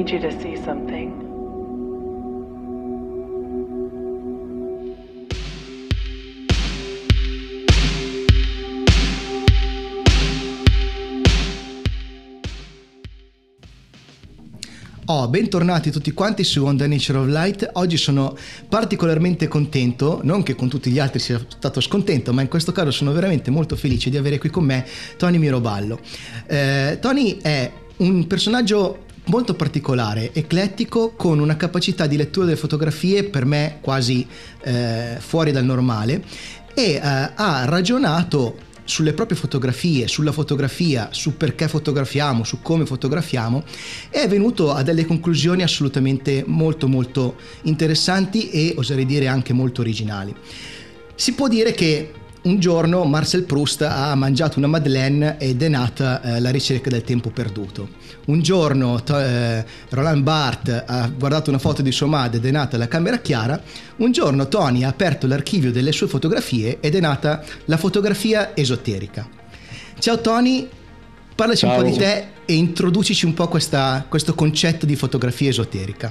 need you to see something. Bentornati tutti quanti su On the Nature of Light. Oggi sono particolarmente contento, non che con tutti gli altri sia stato scontento, ma in questo caso sono veramente molto felice di avere qui con me Tony Miroballo. Tony è un personaggio molto particolare, eclettico, con una capacità di lettura delle fotografie per me quasi fuori dal normale, e ha ragionato sulle proprie fotografie, sulla fotografia, su perché fotografiamo, su come fotografiamo, e è venuto a delle conclusioni assolutamente molto molto interessanti e oserei dire anche molto originali. Si può dire che un giorno Marcel Proust ha mangiato una Madeleine ed è nata la ricerca del tempo perduto. Un giorno Roland Barthes ha guardato una foto di sua madre ed è nata la camera chiara. Un giorno Tony ha aperto l'archivio delle sue fotografie ed è nata la fotografia esoterica. Ciao Tony, parlaci Ciao. un po' di te e introducici un po' questo concetto di fotografia esoterica.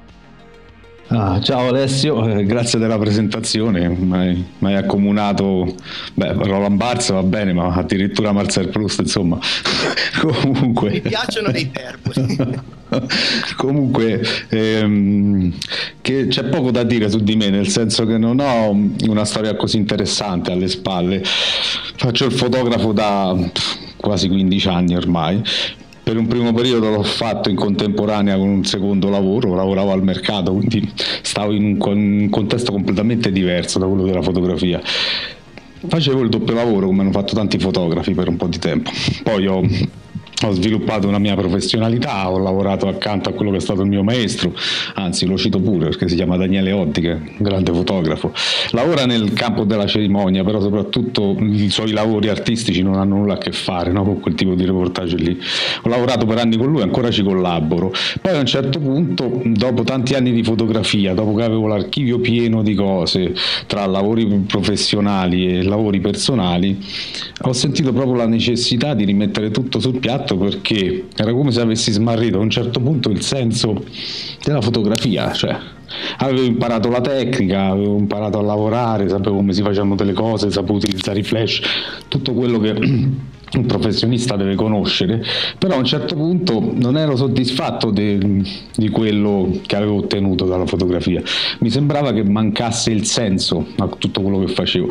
Ciao Alessio, grazie della presentazione. Mi hai accomunato, Roland Barthes va bene, ma addirittura Marcel Proust, insomma. Comunque Mi piacciono dei termini. Comunque che c'è poco da dire su di me, nel senso che non ho una storia così interessante alle spalle. Faccio il fotografo da quasi 15 anni ormai. Per un primo periodo l'ho fatto in contemporanea con un secondo lavoro, lavoravo al mercato, quindi stavo in un contesto completamente diverso da quello della fotografia. Facevo il doppio lavoro, come hanno fatto tanti fotografi per un po' di tempo. Poi ho sviluppato una mia professionalità, ho lavorato accanto a quello che è stato il mio maestro, anzi lo cito pure perché si chiama Daniele Oddi, che è un grande fotografo. Lavora nel campo della cerimonia, però soprattutto i suoi lavori artistici non hanno nulla a che fare, no, con quel tipo di reportage lì. Ho lavorato per anni con lui, ancora ci collaboro. Poi a un certo punto, dopo tanti anni di fotografia, dopo che avevo l'archivio pieno di cose tra lavori professionali e lavori personali, ho sentito proprio la necessità di rimettere tutto sul piatto, perché era come se avessi smarrito a un certo punto il senso della fotografia. Cioè, avevo imparato la tecnica, avevo imparato a lavorare, sapevo come si facevano delle cose, sapevo utilizzare i flash, tutto quello che un professionista deve conoscere, però a un certo punto non ero soddisfatto di quello che avevo ottenuto dalla fotografia. Mi sembrava che mancasse il senso a tutto quello che facevo.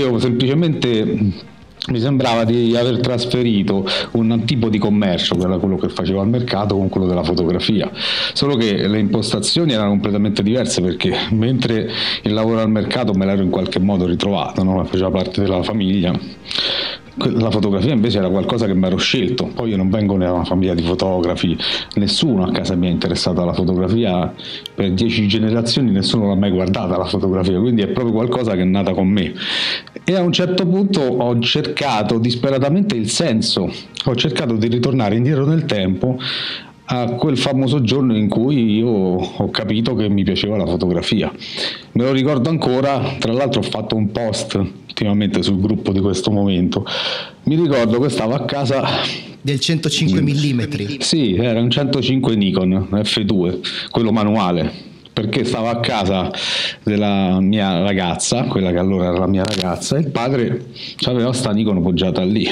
Mi sembrava di aver trasferito un tipo di commercio, che era quello che facevo al mercato, con quello della fotografia, solo che le impostazioni erano completamente diverse, perché mentre il lavoro al mercato me l'ero in qualche modo ritrovato, no? Faceva parte della famiglia. La fotografia invece era qualcosa che mi ero scelto. Poi io non vengo da una famiglia di fotografi, nessuno a casa mia è interessato alla fotografia, per 10 generazioni nessuno l'ha mai guardata la fotografia, quindi è proprio qualcosa che è nata con me. E a un certo punto ho cercato disperatamente il senso, ho cercato di ritornare indietro nel tempo a quel famoso giorno in cui io ho capito che mi piaceva la fotografia. Me lo ricordo ancora, tra l'altro ho fatto un post ultimamente sul gruppo di questo momento. Mi ricordo che stavo a casa Del 105 mm. Sì, era un 105 Nikon F2, quello manuale, perché stavo a casa della mia ragazza, quella che allora era la mia ragazza, e il padre aveva sta Nikon poggiata lì.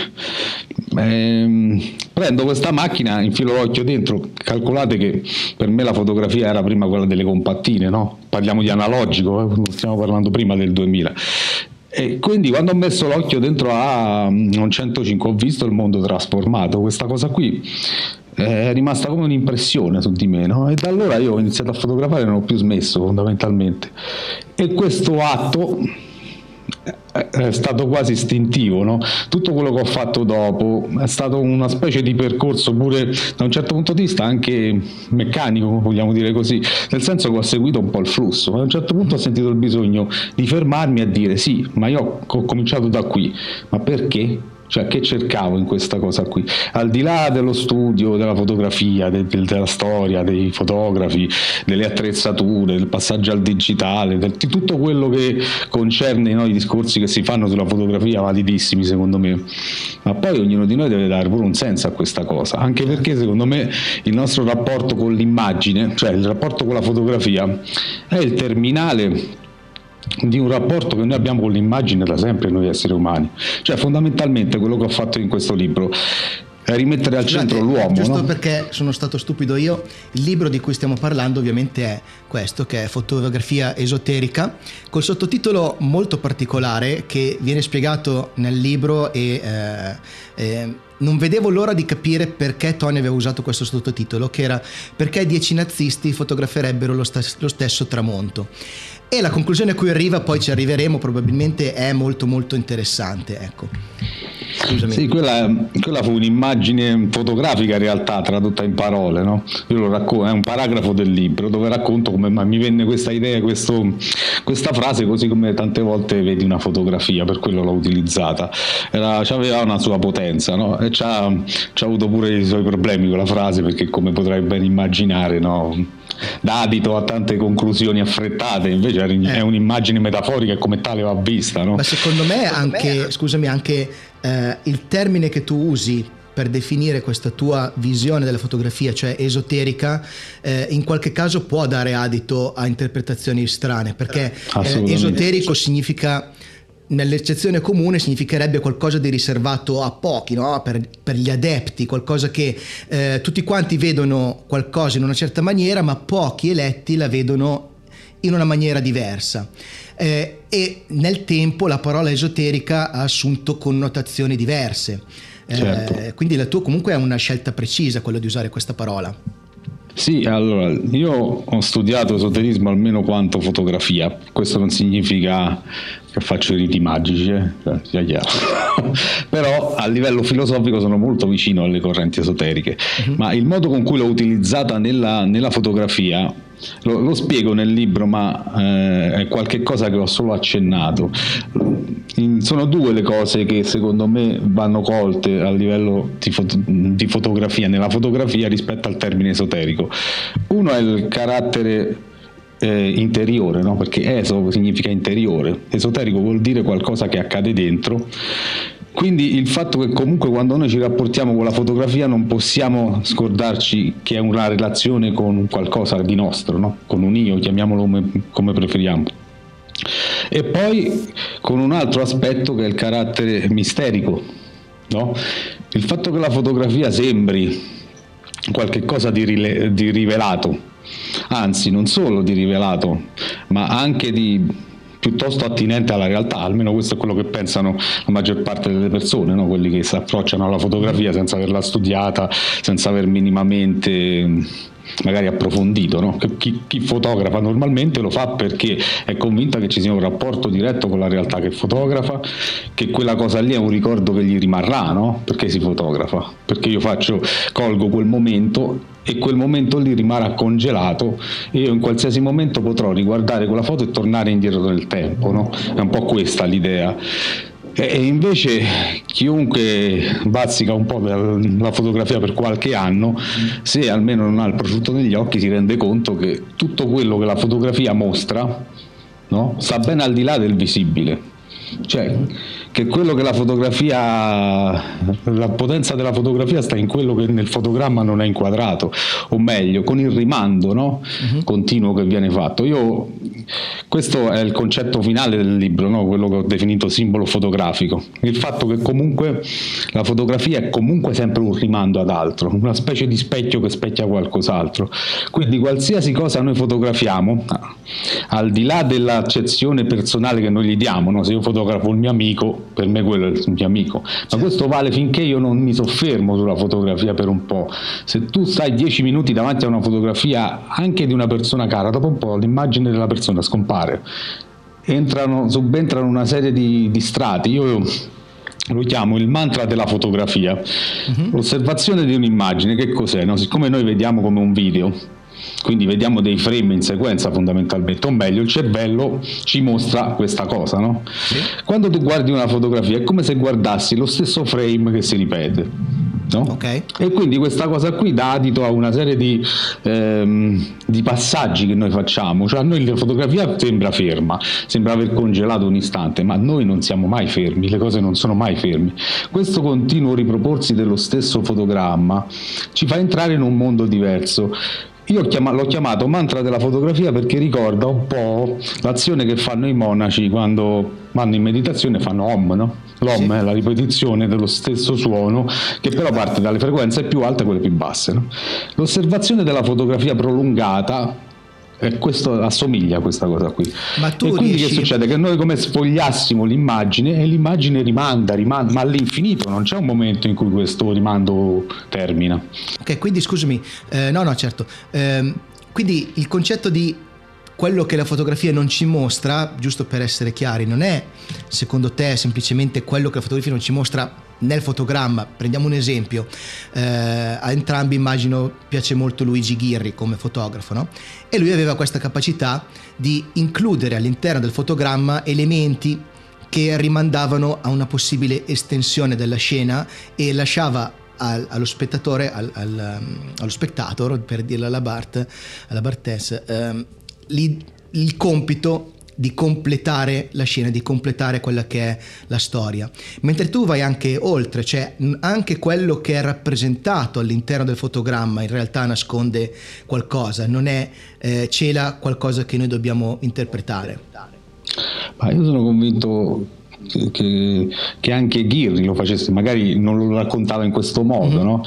Prendo questa macchina, infilo l'occhio dentro. Calcolate che per me la fotografia era prima quella delle compattine, no? Parliamo di analogico, stiamo parlando prima del 2000. E quindi quando ho messo l'occhio dentro a un 105 ho visto il mondo trasformato. Questa cosa qui è rimasta come un'impressione su di me, no? E da allora io ho iniziato a fotografare e non ho più smesso, fondamentalmente. E questo atto è stato quasi istintivo, no? Tutto quello che ho fatto dopo è stato una specie di percorso pure da un certo punto di vista anche meccanico, vogliamo dire così, nel senso che ho seguito un po' il flusso. A un certo punto ho sentito il bisogno di fermarmi e dire sì, ma io ho cominciato da qui, ma perché? Cioè, che cercavo in questa cosa qui? Al di là dello studio, della fotografia, della storia, dei fotografi, delle attrezzature, del passaggio al digitale, di tutto quello che concerne, no, i discorsi che si fanno sulla fotografia, validissimi secondo me, ma poi ognuno di noi deve dare pure un senso a questa cosa, anche perché secondo me il nostro rapporto con l'immagine, cioè il rapporto con la fotografia, è il terminale di un rapporto che noi abbiamo con l'immagine da sempre, noi esseri umani. Cioè, fondamentalmente quello che ho fatto in questo libro è rimettere al centro l'uomo, giusto, no? Perché sono stato stupido io, il libro di cui stiamo parlando ovviamente è questo, che è Fotografia esoterica, col sottotitolo molto particolare che viene spiegato nel libro, e non vedevo l'ora di capire perché Tony aveva usato questo sottotitolo, che era perché 10 nazisti fotograferebbero lo stesso tramonto. E la conclusione a cui arriva, poi ci arriveremo probabilmente, è molto molto interessante, ecco. Scusami. Sì, quella fu un'immagine fotografica in realtà tradotta in parole, no? Io lo racconto, è un paragrafo del libro dove racconto come mi venne questa idea, questa frase, così come tante volte vedi una fotografia, per quello l'ho utilizzata. C'aveva una sua potenza, no? E c'ha avuto pure i suoi problemi con la frase, perché come potrai ben immaginare, no, dà adito a tante conclusioni affrettate, invece è un'immagine metaforica e come tale va vista, no? Ma secondo me anche, scusami, anche il termine che tu usi per definire questa tua visione della fotografia, cioè esoterica, in qualche caso può dare adito a interpretazioni strane, perché esoterico significa, nell'eccezione comune, significherebbe qualcosa di riservato a pochi, no? Per gli adepti, qualcosa che tutti quanti vedono qualcosa in una certa maniera, ma pochi eletti la vedono in una maniera diversa. E nel tempo la parola esoterica ha assunto connotazioni diverse. Certo. Quindi la tua comunque è una scelta precisa, quella di usare questa parola. Sì, allora, io ho studiato esoterismo almeno quanto fotografia. Questo non significa che faccio i riti magici, sia chiaro. Però a livello filosofico sono molto vicino alle correnti esoteriche. Ma il modo con cui l'ho utilizzata nella fotografia lo spiego nel libro, ma è qualche cosa che ho solo accennato. Sono due le cose che secondo me vanno colte a livello di fotografia, nella fotografia, rispetto al termine esoterico. Uno è il carattere interiore, no? Perché eso significa interiore, esoterico vuol dire qualcosa che accade dentro. Quindi il fatto che comunque quando noi ci rapportiamo con la fotografia non possiamo scordarci che è una relazione con qualcosa di nostro, no? Con un io, chiamiamolo come preferiamo. E poi con un altro aspetto che è il carattere misterico, no? Il fatto che la fotografia sembri qualche cosa di rivelato, anzi non solo di rivelato, ma anche di piuttosto attinente alla realtà, almeno questo è quello che pensano la maggior parte delle persone, no? Quelli che si approcciano alla fotografia senza averla studiata, senza aver minimamente magari approfondito, no? Chi fotografa normalmente lo fa perché è convinta che ci sia un rapporto diretto con la realtà che fotografa, che quella cosa lì è un ricordo che gli rimarrà, no? Perché si fotografa? Perché io colgo quel momento e quel momento lì rimarrà congelato e io in qualsiasi momento potrò riguardare quella foto e tornare indietro nel tempo, no? È un po' questa l'idea. E invece chiunque bazzica un po' la fotografia per qualche anno, se almeno non ha il prosciutto negli occhi, si rende conto che tutto quello che la fotografia mostra, no, sta ben al di là del visibile. Cioè che quello che la potenza della fotografia sta in quello che nel fotogramma non è inquadrato, o meglio con il rimando, no? Continuo che viene fatto. Questo è il concetto finale del libro, no? Quello che ho definito simbolo fotografico, il fatto che comunque la fotografia è comunque sempre un rimando ad altro, una specie di specchio che specchia qualcos'altro. Quindi qualsiasi cosa noi fotografiamo, al di là dell'accezione personale che noi gli diamo, no? Se io fotografo il mio amico, per me quello è il mio amico, ma questo vale finché io non mi soffermo sulla fotografia per un po'. Se tu stai 10 minuti davanti a una fotografia anche di una persona cara, dopo un po' l'immagine della persona scompare, subentrano una serie di strati. Io lo chiamo il mantra della fotografia. L'osservazione di un'immagine che cos'è? No? Siccome noi vediamo come un video, quindi vediamo dei frame in sequenza fondamentalmente, o meglio il cervello ci mostra questa cosa, no? Sì. Quando tu guardi una fotografia è come se guardassi lo stesso frame che si ripete, no? Okay. E quindi questa cosa qui dà adito a una serie di passaggi che noi facciamo, cioè a noi la fotografia sembra ferma, sembra aver congelato un istante, ma noi non siamo mai fermi, le cose non sono mai ferme. Questo continuo riproporsi dello stesso fotogramma ci fa entrare in un mondo diverso. Io l'ho chiamato mantra della fotografia perché ricorda un po' l'azione che fanno i monaci quando vanno in meditazione, fanno Om, no? L'Om è la ripetizione dello stesso suono che però parte dalle frequenze più alte a quelle più basse, no? L'osservazione della fotografia prolungata, questo assomiglia a questa cosa qui. Ma tu e quindi che succede? Che noi come sfogliassimo l'immagine e l'immagine rimanda ma all'infinito, non c'è un momento in cui questo rimando termina. Ok, quindi scusami, no certo, quindi il concetto di quello che la fotografia non ci mostra, giusto per essere chiari, non è secondo te semplicemente quello che la fotografia non ci mostra nel fotogramma. Prendiamo un esempio, a entrambi immagino piace molto Luigi Ghirri come fotografo, no? E lui aveva questa capacità di includere all'interno del fotogramma elementi che rimandavano a una possibile estensione della scena e lasciava allo spettatore, allo spectator, per dirla alla Barthes, il compito di completare la scena, di completare quella che è la storia, mentre tu vai anche oltre, cioè anche quello che è rappresentato all'interno del fotogramma in realtà nasconde qualcosa, non è cela qualcosa che noi dobbiamo interpretare. Ma io sono convinto che anche Ghirri lo facesse, magari non lo raccontava in questo modo, no?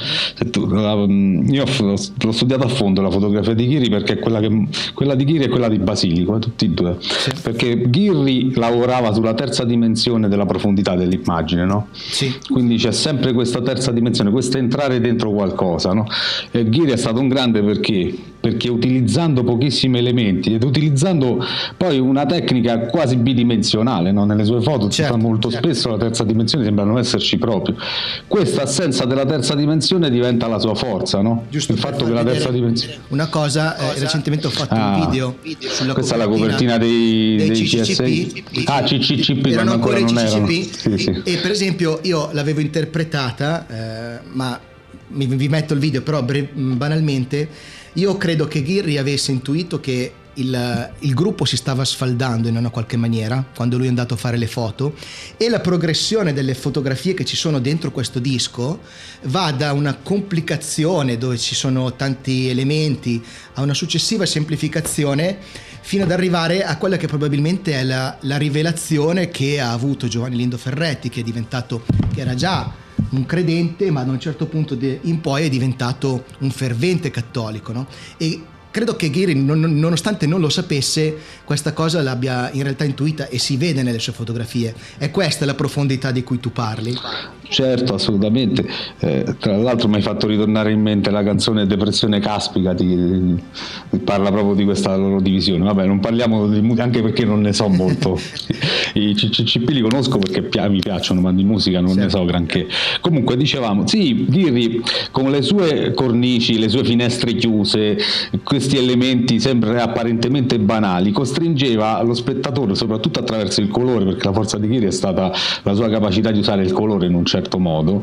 Io l'ho studiato a fondo la fotografia di Ghirri, perché quella di Ghirri e quella di Basilico, tutti e due, sì. Perché Ghirri lavorava sulla terza dimensione della profondità dell'immagine, no? Sì. Quindi c'è sempre questa terza dimensione, questo entrare dentro qualcosa, no? E Ghirri è stato un grande perché utilizzando pochissimi elementi ed utilizzando poi una tecnica quasi bidimensionale, no? Nelle sue foto molto spesso la terza dimensione sembra non esserci proprio. Questa assenza della terza dimensione diventa la sua forza, no? Giusto, il fatto che la terza dimensione. Una cosa, recentemente ho fatto un video sulla questa è la copertina dei CCCP. CCCP erano ancora i CCCP. Sì. E per esempio io l'avevo interpretata, ma vi metto il video, però banalmente io credo che Ghirri avesse intuito che il gruppo si stava sfaldando in una qualche maniera quando lui è andato a fare le foto, e la progressione delle fotografie che ci sono dentro questo disco va da una complicazione dove ci sono tanti elementi a una successiva semplificazione fino ad arrivare a quella che probabilmente è la rivelazione che ha avuto Giovanni Lindo Ferretti, che era già un credente, ma da un certo punto in poi è diventato un fervente cattolico, no? E credo che Ghirri, nonostante non lo sapesse, questa cosa l'abbia in realtà intuita e si vede nelle sue fotografie. È questa la profondità di cui tu parli? Certo, assolutamente. Tra l'altro mi hai fatto ritornare in mente la canzone Depressione Caspica, parla proprio di questa loro divisione. Vabbè, non parliamo di musica, anche perché non ne so molto. I CCCP li conosco perché mi piacciono, ma di musica non ne so granché. Comunque dicevamo, sì, Ghirri con le sue cornici, le sue finestre chiuse, questi elementi sempre apparentemente banali, costringeva lo spettatore, soprattutto attraverso il colore, perché la forza di Ghirri è stata la sua capacità di usare il colore in un certo modo,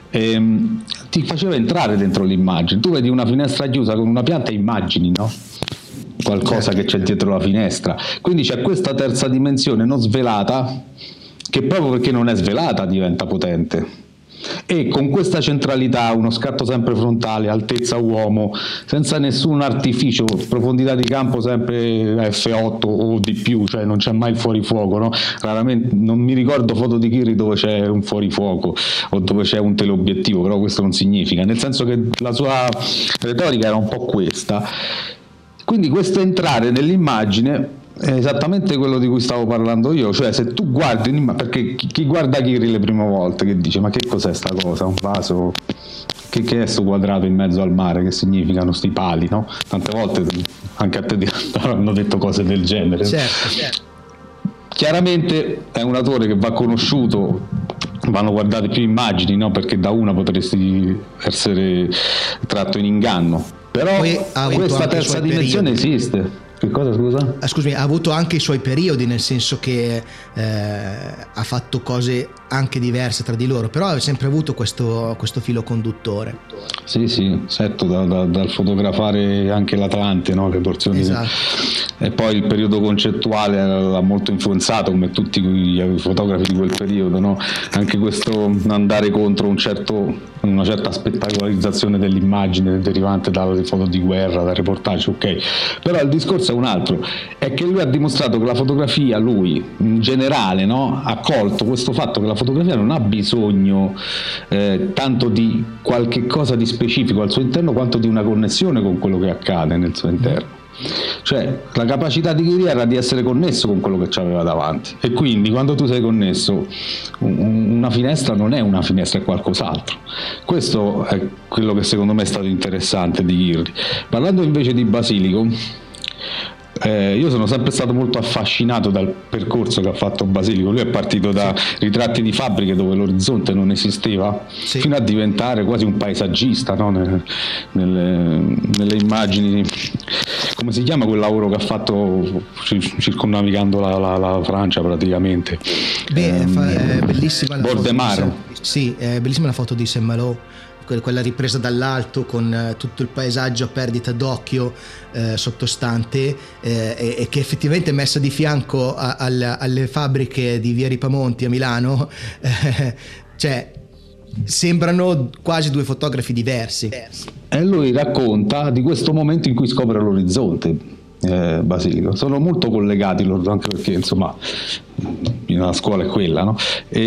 ti faceva entrare dentro l'immagine. Tu vedi una finestra chiusa con una pianta e immagini, no? Qualcosa che c'è dietro la finestra, quindi c'è questa terza dimensione non svelata, che proprio perché non è svelata diventa potente. E con questa centralità, uno scatto sempre frontale, altezza uomo, senza nessun artificio, profondità di campo sempre F8 o di più, cioè non c'è mai il fuorifuoco, no? Raramente, non mi ricordo foto di Ghirri dove c'è un fuorifuoco o dove c'è un teleobiettivo, però questo non significa, nel senso che la sua retorica era un po' questa. Quindi questo entrare nell'immagine è esattamente quello di cui stavo parlando io, cioè se tu guardi, perché chi guarda Ghirri le prime volte che dice ma che cos'è sta cosa, un vaso, che è sto quadrato in mezzo al mare, che significano sti pali, no? Tante volte anche a te hanno detto cose del genere. Certo. Chiaramente è un autore che va conosciuto, vanno guardate più immagini, no? Perché da una potresti essere tratto in inganno. Però questa terza dimensione esiste. Che cosa, scusa? Scusami, ha avuto anche i suoi periodi, nel senso che ha fatto cose anche diverse tra di loro, però ha sempre avuto questo filo conduttore. Sì, certo, dal fotografare anche l'Atlante, no? Che porzioni. Esatto. E poi il periodo concettuale l'ha molto influenzato, come tutti i fotografi di quel periodo, no? Anche questo andare contro una certa spettacolarizzazione dell'immagine derivante dalle foto di guerra, dal reportage, ok. Però il discorso è un altro, è che lui ha dimostrato che la fotografia, lui in generale, no? Ha colto questo fatto che la fotografia non ha bisogno tanto di qualche cosa di specifico al suo interno quanto di una connessione con quello che accade nel suo interno. Cioè la capacità di Ghirì era di essere connesso con quello che c'aveva davanti, e quindi quando tu sei connesso, una finestra non è una finestra, è qualcos'altro. Questo è quello che secondo me è stato interessante di Ghirì. Parlando invece di Basilico, io sono sempre stato molto affascinato dal percorso che ha fatto Basilico. Lui è partito da ritratti di fabbriche dove l'orizzonte non esisteva, fino a diventare quasi un paesaggista, no? Nelle immagini. Come si chiama quel lavoro che ha fatto circumnavigando la Francia praticamente? Bellissima la Bordemar. Sì, è bellissima la foto di Saint-Malo, quella ripresa dall'alto con tutto il paesaggio a perdita d'occhio sottostante, e che effettivamente è messa di fianco alle fabbriche di via Ripamonti a Milano, cioè sembrano quasi due fotografi diversi. E lui racconta di questo momento in cui scopre l'orizzonte. Basilico, sono molto collegati loro, anche perché insomma la scuola è quella, no?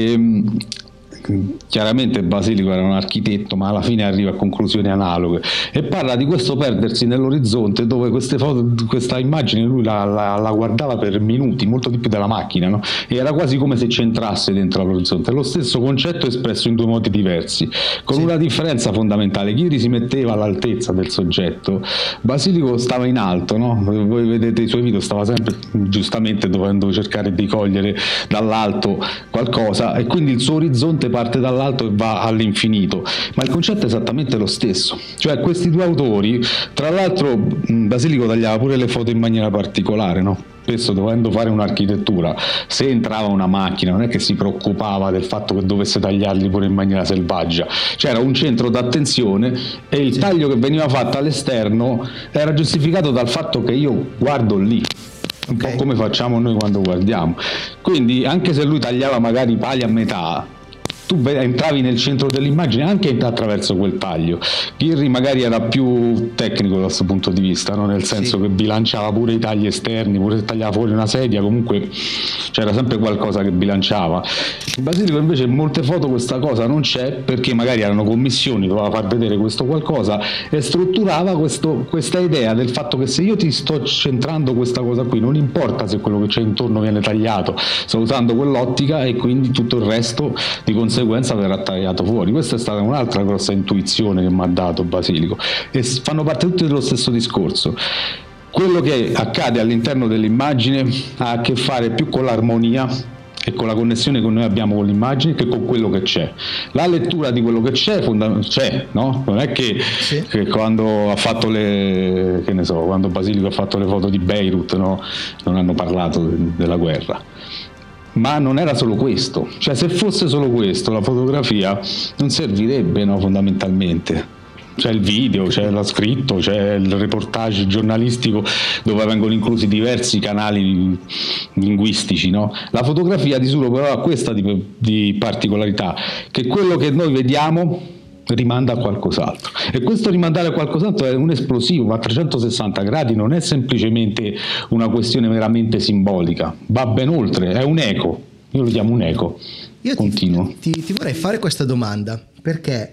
Chiaramente Basilico era un architetto, ma alla fine arriva a conclusioni analoghe e parla di questo perdersi nell'orizzonte, dove questa immagine lui la guardava per minuti, molto di più della macchina, no? E era quasi come se c'entrasse dentro all'orizzonte. Lo stesso concetto espresso in due modi diversi, con una differenza fondamentale. Ghirì si metteva all'altezza del soggetto, Basilico stava in alto, no? Voi vedete i suoi video, stava sempre giustamente dovendo cercare di cogliere dall'alto qualcosa, e quindi il suo orizzonte parte dall'alto e va all'infinito, ma il concetto è esattamente lo stesso. Cioè questi due autori, tra l'altro Basilico tagliava pure le foto in maniera particolare, no? Spesso dovendo fare un'architettura, se entrava una macchina non è che si preoccupava del fatto che dovesse tagliarli pure in maniera selvaggia, c'era un centro d'attenzione e il taglio che veniva fatto all'esterno era giustificato dal fatto che io guardo lì, un po' come facciamo noi quando guardiamo. Quindi anche se lui tagliava magari i pali a metà, tu entravi nel centro dell'immagine anche attraverso quel taglio. Ghirì magari era più tecnico da questo punto di vista, no? Nel senso che bilanciava pure i tagli esterni, pure se tagliava fuori una sedia, comunque c'era sempre qualcosa che bilanciava. In Basilico invece in molte foto questa cosa non c'è, perché magari erano commissioni, doveva far vedere questo qualcosa, e strutturava questa idea del fatto che se io ti sto centrando questa cosa qui, non importa se quello che c'è intorno viene tagliato, sto usando quell'ottica e quindi tutto il resto di conseguenza verrà tagliato fuori. Questa è stata un'altra grossa intuizione che mi ha dato Basilico, e fanno parte tutti dello stesso discorso. Quello che accade all'interno dell'immagine ha a che fare più con l'armonia e con la connessione che noi abbiamo con l'immagine che con quello che c'è. La lettura di quello che c'è no? Non è che quando ha fatto quando Basilico ha fatto le foto di Beirut, no? Non hanno parlato della guerra. Ma non era solo questo, cioè se fosse solo questo la fotografia non servirebbe, no, fondamentalmente. C'è il video, c'è lo scritto, c'è il reportage giornalistico dove vengono inclusi diversi canali linguistici, no? La fotografia di solo però ha questa di particolarità, che quello che noi vediamo rimanda a qualcos'altro, e questo rimandare a qualcos'altro è un esplosivo, va a 360 gradi, non è semplicemente una questione meramente simbolica, va ben oltre, è un eco, io lo chiamo un eco. Io continuo. Ti vorrei fare questa domanda, perché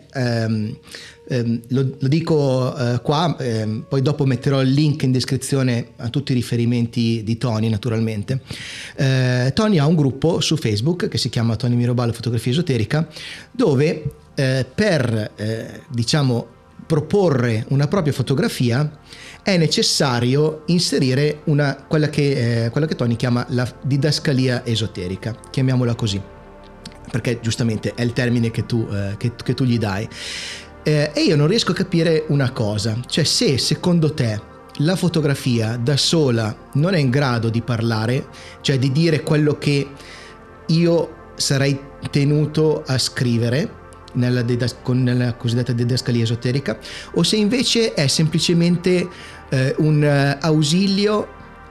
lo dico qua, poi dopo metterò il link in descrizione a tutti i riferimenti di Tony, naturalmente. Tony ha un gruppo su Facebook che si chiama Tony Miroballo Fotografia Esoterica, dove per diciamo proporre una propria fotografia è necessario inserire quella che Tony chiama la didascalia esoterica, chiamiamola così, perché giustamente è il termine che tu gli dai. E io non riesco a capire una cosa, cioè se secondo te la fotografia da sola non è in grado di parlare, cioè di dire quello che io sarei tenuto a scrivere con la cosiddetta didascalia esoterica, o se invece è semplicemente un ausilio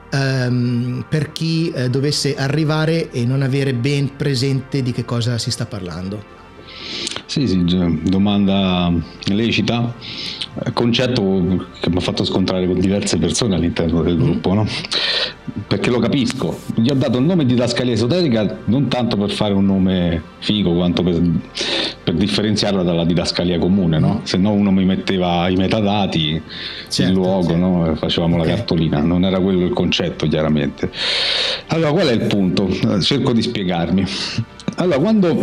per chi dovesse arrivare e non avere ben presente di che cosa si sta parlando. Sì, domanda lecita, concetto che mi ha fatto scontrare con diverse persone all'interno del gruppo, no? Perché lo capisco, gli ho dato il nome di didascalia esoterica non tanto per fare un nome figo quanto per differenziarla dalla didascalia comune, no? Se no uno mi metteva i metadati, certo, il luogo, certo, no? Facevamo la cartolina, non era quello il concetto, chiaramente. Allora, qual è il punto? Cerco di spiegarmi. Allora, quando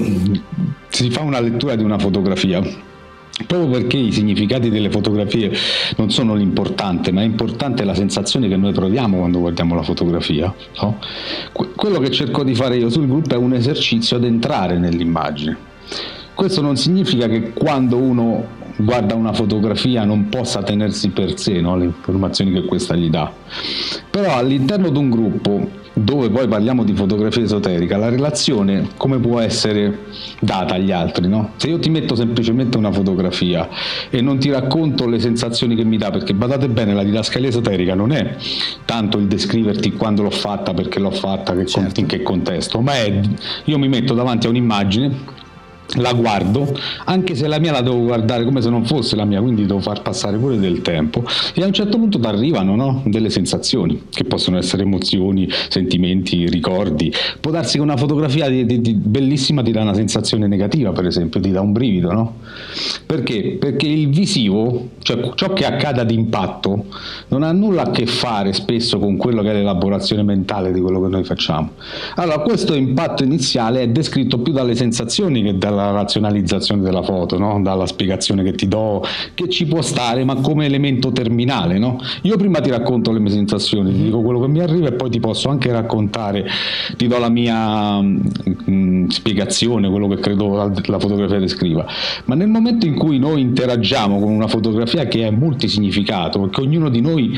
si fa una lettura di una fotografia, proprio perché i significati delle fotografie non sono l'importante, ma è importante la sensazione che noi proviamo quando guardiamo la fotografia, no? Quello che cerco di fare io sul gruppo è un esercizio ad entrare nell'immagine. Questo non significa che quando uno guarda una fotografia non possa tenersi per sé, no, le informazioni che questa gli dà, però all'interno di un gruppo dove poi parliamo di fotografia esoterica, la relazione come può essere data agli altri, no? Se io ti metto semplicemente una fotografia e non ti racconto le sensazioni che mi dà, perché badate bene, la didascalia esoterica non è tanto il descriverti quando l'ho fatta, perché l'ho fatta, certo, in che contesto, ma è io mi metto davanti a un'immagine, la guardo, anche se la mia la devo guardare come se non fosse la mia, quindi devo far passare pure del tempo, e a un certo punto ti arrivano, no? Delle sensazioni che possono essere emozioni, sentimenti, ricordi. Può darsi che una fotografia bellissima ti dà una sensazione negativa, per esempio, ti dà un brivido, no? Perché? Perché il visivo, cioè ciò che accade ad impatto, non ha nulla a che fare spesso con quello che è l'elaborazione mentale di quello che noi facciamo. Allora, questo impatto iniziale è descritto più dalle sensazioni che dalla razionalizzazione della foto, no? Dalla spiegazione che ti do, che ci può stare, ma come elemento terminale, no? Io prima ti racconto le mie sensazioni, ti dico quello che mi arriva e poi ti posso anche raccontare, ti do la mia spiegazione, quello che credo la fotografia descriva. Ma nel momento in cui noi interagiamo con una fotografia che è multisignificato, perché ognuno di noi,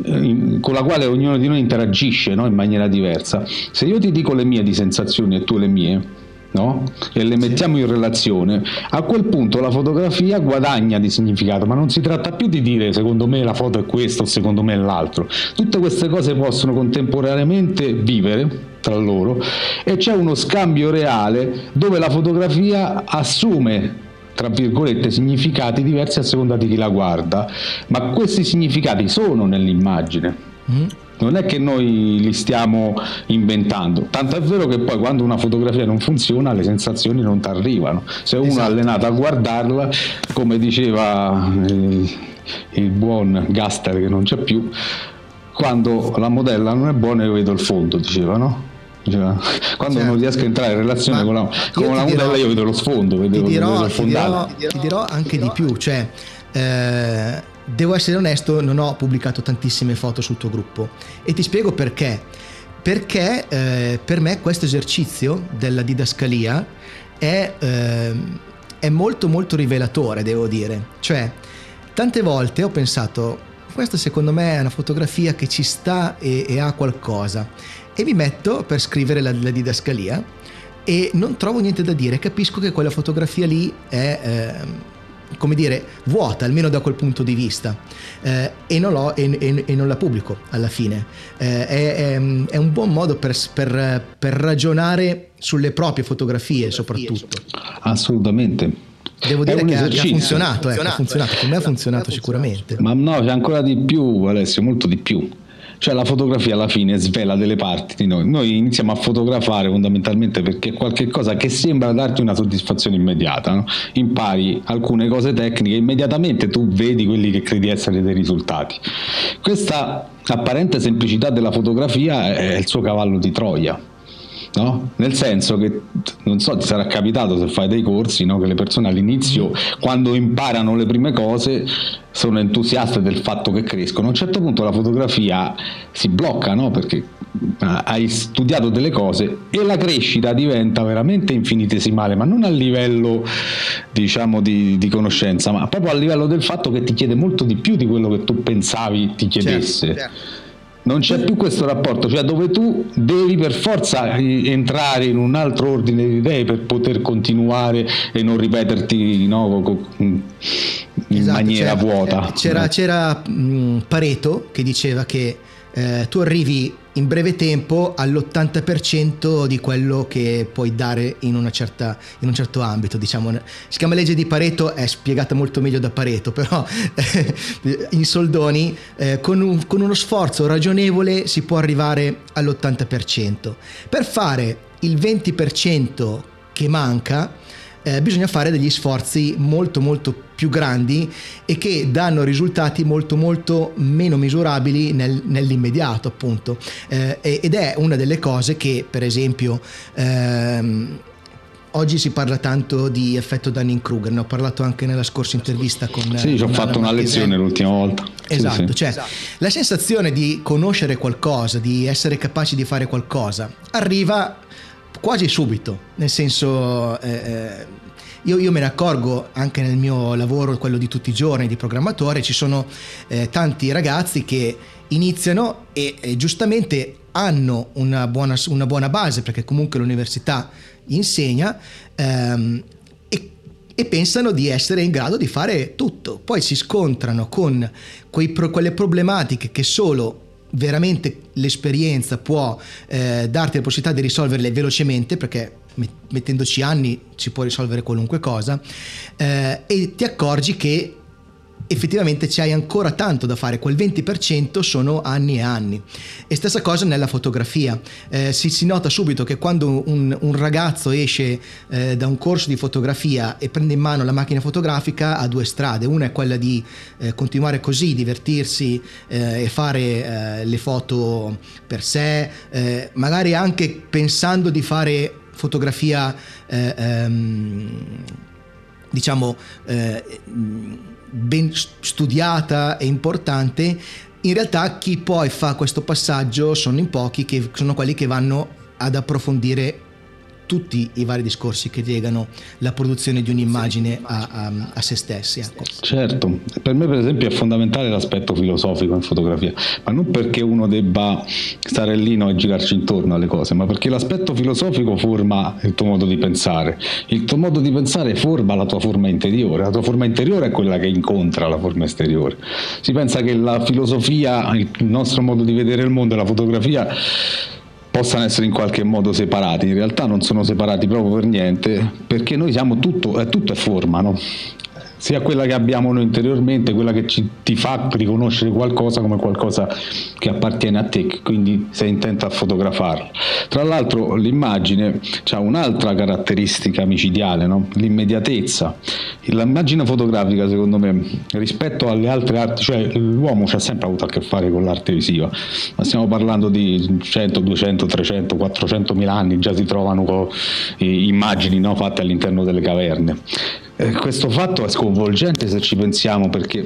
con la quale ognuno di noi interagisce, no? In maniera diversa, se io ti dico le mie di sensazioni e tu le mie, no? E le mettiamo in relazione, a quel punto la fotografia guadagna di significato, ma non si tratta più di dire secondo me la foto è questa o secondo me è l'altro. Tutte queste cose possono contemporaneamente vivere tra loro e c'è uno scambio reale dove la fotografia assume, tra virgolette, significati diversi a seconda di chi la guarda, ma questi significati sono nell'immagine. Non è che noi li stiamo inventando, tanto è vero che poi quando una fotografia non funziona le sensazioni non ti arrivano. Se uno è allenato a guardarla, come diceva il buon Gaster che non c'è più, quando la modella non è buona io vedo il fondo, diceva, no? Quando non riesco a entrare in relazione con la modella io vedo lo sfondo, vedo il fondale. Ti dirò anche di più, cioè devo essere onesto, non ho pubblicato tantissime foto sul tuo gruppo e ti spiego perché. Perché per me questo esercizio della didascalia è molto molto rivelatore, devo dire. Cioè, tante volte ho pensato, questa secondo me è una fotografia che ci sta e ha qualcosa, e mi metto per scrivere la didascalia e non trovo niente da dire, capisco che quella fotografia lì è come dire vuota, almeno da quel punto di vista, e non la pubblico alla fine. È un buon modo per ragionare sulle proprie fotografie, soprattutto. Assolutamente. Devo dire che ha funzionato, ha funzionato, con me ha funzionato sicuramente. Ma no, c'è ancora di più, Alessio, molto di più. Cioè la fotografia alla fine svela delle parti di noi. Noi iniziamo a fotografare fondamentalmente perché è qualche cosa che sembra darti una soddisfazione immediata, no? Impari alcune cose tecniche, immediatamente tu vedi quelli che credi essere dei risultati. Questa apparente semplicità della fotografia è il suo cavallo di Troia. no? Nel senso che, non so, ti sarà capitato se fai dei corsi, no? Che le persone all'inizio, quando imparano le prime cose, sono entusiaste del fatto che crescono. A un certo punto la fotografia si blocca, no? Perché hai studiato delle cose e la crescita diventa veramente infinitesimale, ma non a livello, diciamo, di conoscenza, ma proprio a livello del fatto che ti chiede molto di più di quello che tu pensavi ti chiedesse. Certo. Non c'è più questo rapporto, cioè dove tu devi per forza entrare in un altro ordine di idee per poter continuare e non ripeterti, no, in maniera vuota. C'era Pareto che diceva che tu arrivi in breve tempo all'80% di quello che puoi dare in un certo ambito, diciamo. Si chiama legge di Pareto, è spiegata molto meglio da Pareto, però in soldoni, con uno sforzo ragionevole si può arrivare all'80%. Per fare il 20% che manca bisogna fare degli sforzi molto molto più grandi e che danno risultati molto molto meno misurabili nell'immediato, appunto, ed è una delle cose che, per esempio, oggi si parla tanto di effetto Dunning-Kruger, ne ho parlato anche nella scorsa intervista con sì, ci ho fatto una lezione l'ultima volta. Esatto, sì. Cioè la sensazione di conoscere qualcosa, di essere capaci di fare qualcosa, arriva quasi subito, nel senso, io me ne accorgo anche nel mio lavoro, quello di tutti i giorni di programmatore. Ci sono tanti ragazzi che iniziano e giustamente hanno una buona base, perché comunque l'università insegna, e pensano di essere in grado di fare tutto. Poi si scontrano con quelle problematiche che solo veramente l'esperienza può darti la possibilità di risolverle velocemente, perché mettendoci anni si può risolvere qualunque cosa, e ti accorgi che effettivamente c'hai ancora tanto da fare. Quel 20% sono anni e anni. E stessa cosa nella fotografia, si nota subito che quando un ragazzo esce da un corso di fotografia e prende in mano la macchina fotografica, ha due strade. Una è quella di continuare così, divertirsi e fare le foto per sé, magari anche pensando di fare fotografia diciamo ben studiata e importante. In realtà chi poi fa questo passaggio sono in pochi, che sono quelli che vanno ad approfondire tutti i vari discorsi che legano la produzione di un'immagine a se stessi, ecco. Certo, per me per esempio è fondamentale l'aspetto filosofico in fotografia, ma non perché uno debba stare lì e girarci intorno alle cose, ma perché l'aspetto filosofico forma il tuo modo di pensare, il tuo modo di pensare forma la tua forma interiore, la tua forma interiore è quella che incontra la forma esteriore. Si pensa che la filosofia, il nostro modo di vedere il mondo e la fotografia possano essere in qualche modo separati. In realtà non sono separati proprio per niente, perché noi siamo tutto è forma, no? Sia quella che abbiamo noi interiormente, quella che ti fa riconoscere qualcosa come qualcosa che appartiene a te, quindi sei intento a fotografarlo. Tra l'altro l'immagine ha un'altra caratteristica micidiale, no? L'immediatezza. L'immagine fotografica, secondo me, rispetto alle altre arti, cioè l'uomo ci ha sempre avuto a che fare con l'arte visiva, ma stiamo parlando di 100, 200, 300, 400 mila anni, già si trovano immagini, no, fatte all'interno delle caverne. Questo fatto è sconvolgente se ci pensiamo, perché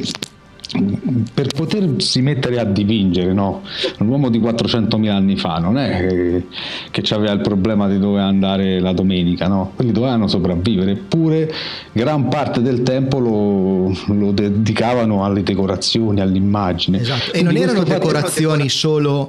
per potersi mettere a dipingere, no? Un uomo di 400.000 anni fa non è che aveva il problema di dove andare la domenica, no? Quelli dovevano sopravvivere, eppure gran parte del tempo lo dedicavano alle decorazioni, all'immagine. Esatto. E non erano decorazioni solo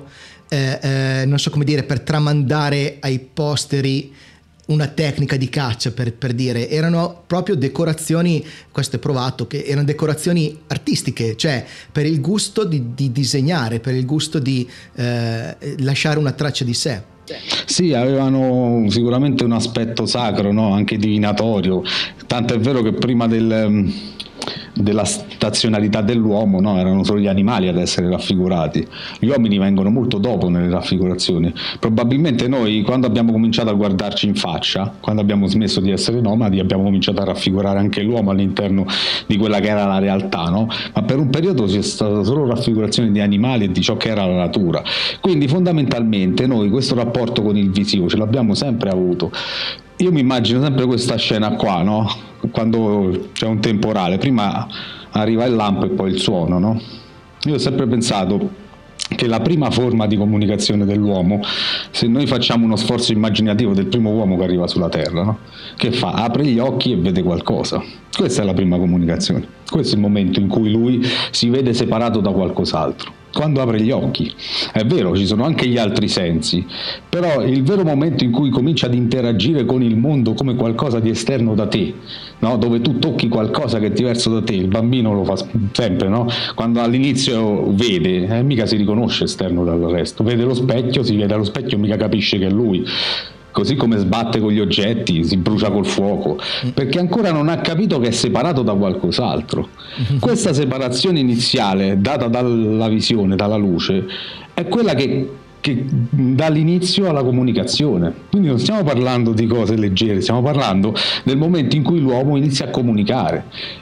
non so come dire, per tramandare ai posteri una tecnica di caccia, per dire, erano proprio decorazioni, questo è provato, che erano decorazioni artistiche, cioè per il gusto di disegnare, per il gusto di lasciare una traccia di sé. Sì, avevano sicuramente un aspetto sacro, no? Anche divinatorio, tanto è vero che prima della stazionarietà dell'uomo, no? Erano solo gli animali ad essere raffigurati, gli uomini vengono molto dopo nelle raffigurazioni. Probabilmente noi, quando abbiamo cominciato a guardarci in faccia, quando abbiamo smesso di essere nomadi, abbiamo cominciato a raffigurare anche l'uomo all'interno di quella che era la realtà, no? Ma per un periodo c'è stata solo raffigurazione di animali e di ciò che era la natura. Quindi fondamentalmente noi questo rapporto con il visivo ce l'abbiamo sempre avuto. Io mi immagino sempre questa scena qua, no? Quando c'è un temporale, prima arriva il lampo e poi il suono, no? Io ho sempre pensato che la prima forma di comunicazione dell'uomo, se noi facciamo uno sforzo immaginativo del primo uomo che arriva sulla Terra, no? Che fa? Apre gli occhi e vede qualcosa. Questa è la prima comunicazione. Questo è il momento in cui lui si vede separato da qualcos'altro. Quando apre gli occhi. È vero, ci sono anche gli altri sensi, però il vero momento in cui comincia ad interagire con il mondo come qualcosa di esterno da te, no? Dove tu tocchi qualcosa che è diverso da te, il bambino lo fa sempre, no? Quando all'inizio vede, mica si riconosce esterno dal resto, vede lo specchio, si vede allo specchio, mica capisce che è lui. Così come sbatte con gli oggetti, si brucia col fuoco, perché ancora non ha capito che è separato da qualcos'altro. Questa separazione iniziale data dalla visione, dalla luce, è quella che dà l'inizio alla comunicazione. Quindi non stiamo parlando di cose leggere, stiamo parlando del momento in cui l'uomo inizia a comunicare.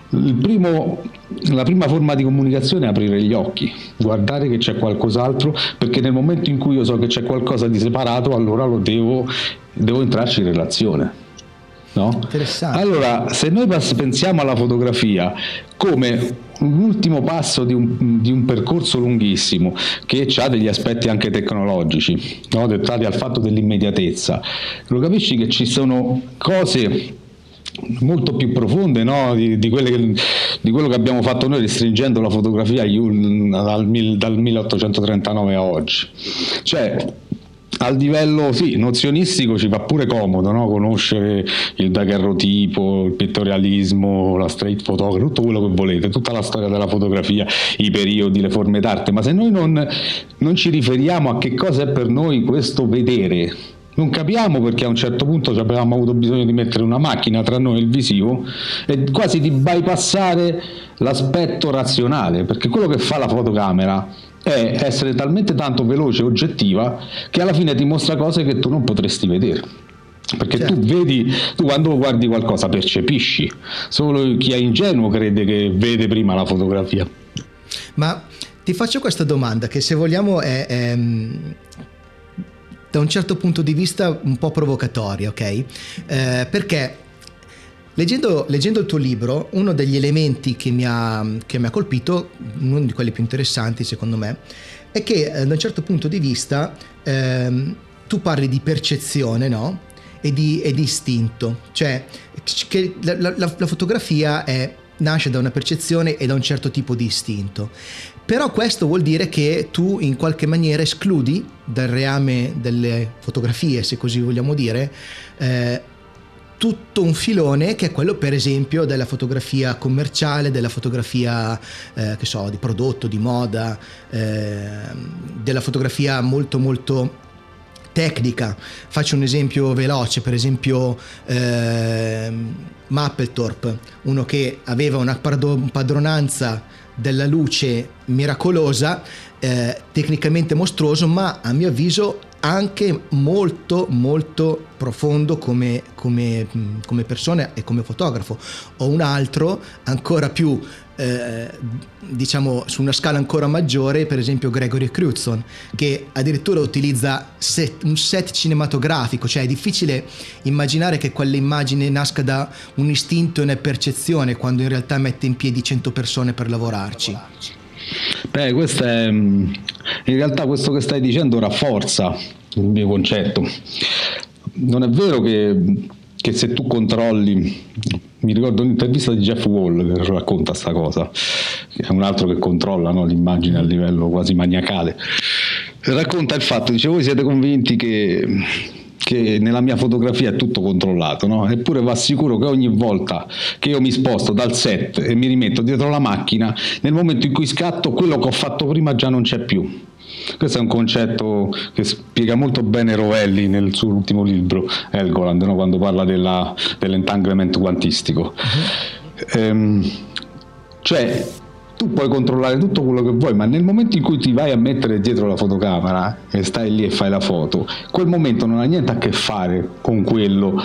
La prima forma di comunicazione è aprire gli occhi, guardare che c'è qualcos'altro, perché nel momento in cui io so che c'è qualcosa di separato, allora devo entrarci in relazione. No? Interessante. Allora, se noi pensiamo alla fotografia come un ultimo passo di un percorso lunghissimo che ha degli aspetti anche tecnologici, no? Dettati al fatto dell'immediatezza, lo capisci che ci sono cose molto più profonde, no? di quello che abbiamo fatto noi restringendo la fotografia dal 1839 a oggi. Cioè, al livello nozionistico ci fa pure comodo, no? Conoscere il daguerrotipo, il pittorialismo, la street photography, tutto quello che volete, tutta la storia della fotografia, i periodi, le forme d'arte, ma se noi non ci riferiamo a che cosa è per noi questo vedere, non capiamo perché a un certo punto abbiamo avuto bisogno di mettere una macchina tra noi e il visivo e quasi di bypassare l'aspetto razionale, perché quello che fa la fotocamera è essere talmente tanto veloce e oggettiva che alla fine ti mostra cose che tu non potresti vedere. Perché certo, tu quando guardi qualcosa percepisci, solo chi è ingenuo crede che vede prima la fotografia. Ma ti faccio questa domanda che, se vogliamo, è da un certo punto di vista un po' provocatoria, ok? Perché leggendo il tuo libro, uno degli elementi che mi ha colpito, uno di quelli più interessanti secondo me, è che da un certo punto di vista tu parli di percezione, no? E di istinto, cioè che la fotografia nasce da una percezione e da un certo tipo di istinto. Però questo vuol dire che tu in qualche maniera escludi dal reame delle fotografie, se così vogliamo dire, tutto un filone che è quello, per esempio, della fotografia commerciale, della fotografia di prodotto, di moda, della fotografia molto molto tecnica. Faccio un esempio veloce, per esempio Mapplethorpe, uno che aveva una padronanza della luce miracolosa, tecnicamente mostruoso, ma a mio avviso anche molto molto profondo come persona e come fotografo. O un altro ancora più diciamo su una scala ancora maggiore, per esempio Gregory Crewdson, che addirittura utilizza un set cinematografico, cioè è difficile immaginare che quell'immagine nasca da un istinto e una percezione quando in realtà mette in piedi 100 persone per lavorarci. Beh, questo è, in realtà questo che stai dicendo rafforza il mio concetto. Non è vero che se tu controlli, mi ricordo un'intervista di Jeff Wall che racconta sta cosa, che è un altro che controlla, no, l'immagine a livello quasi maniacale, racconta il fatto, dice: voi siete convinti che nella mia fotografia è tutto controllato, no? Eppure va sicuro che ogni volta che io mi sposto dal set e mi rimetto dietro la macchina, nel momento in cui scatto, quello che ho fatto prima già non c'è più. Questo è un concetto che spiega molto bene Rovelli nel suo ultimo libro, Helgoland, no? Quando parla dell'entanglement quantistico. Cioè, tu puoi controllare tutto quello che vuoi, ma nel momento in cui ti vai a mettere dietro la fotocamera e stai lì e fai la foto, quel momento non ha niente a che fare con quello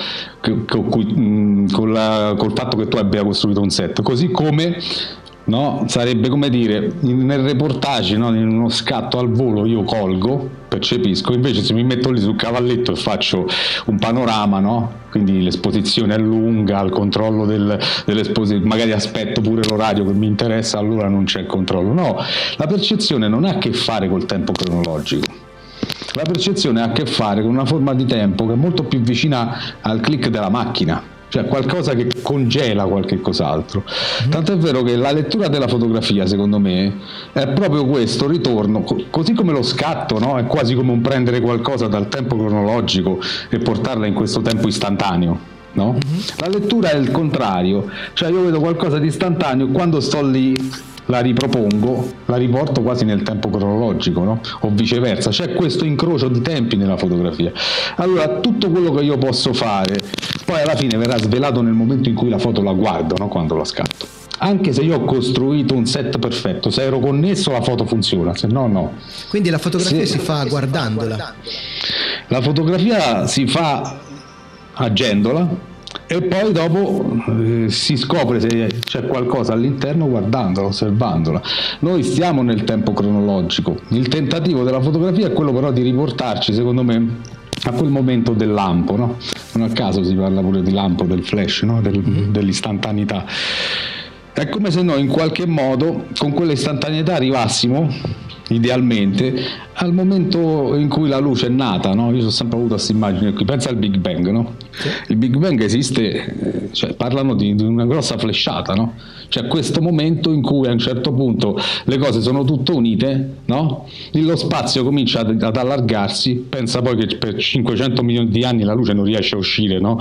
col fatto che tu abbia costruito un set, così come, no, sarebbe come dire nel reportage, no, in uno scatto al volo io colgo, percepisco, invece se mi metto lì sul cavalletto e faccio un panorama, no, quindi l'esposizione è lunga, il controllo dell'esposizione, magari aspetto pure l'orario che mi interessa, allora non c'è il controllo. No, la percezione non ha a che fare col tempo cronologico. La percezione ha a che fare con una forma di tempo che è molto più vicina al click della macchina, cioè qualcosa che congela qualche cos'altro. Tanto è vero che la lettura della fotografia, secondo me, è proprio questo ritorno, così come lo scatto, no? È quasi come un prendere qualcosa dal tempo cronologico e portarla in questo tempo istantaneo, no? La lettura è il contrario, cioè io vedo qualcosa di istantaneo, quando sto lì la ripropongo, la riporto quasi nel tempo cronologico, no? O viceversa, c'è questo incrocio di tempi nella fotografia. Allora tutto quello che io posso fare poi alla fine verrà svelato nel momento in cui la foto la guardo, no? Quando la scatto. Anche se io ho costruito un set perfetto, se ero connesso la foto funziona, se no no. Quindi la fotografia si fa guardandola. La fotografia si fa aggendola e poi dopo si scopre se c'è qualcosa all'interno guardandola, osservandola. Noi stiamo nel tempo cronologico. Il tentativo della fotografia è quello però di riportarci, secondo me, a quel momento del lampo, no? Non a caso si parla pure di lampo, del flash, no? Dell'istantaneità. È come se noi in qualche modo con quella istantaneità arrivassimo idealmente al momento in cui la luce è nata, no? Io ho sempre avuto questa immagine qui, pensa al Big Bang, no? Sì. Il Big Bang esiste, cioè parlano di una grossa flashata, no? Cioè questo momento in cui a un certo punto le cose sono tutte unite, no? Lo spazio comincia ad allargarsi, pensa poi che per 500 milioni di anni la luce non riesce a uscire, no?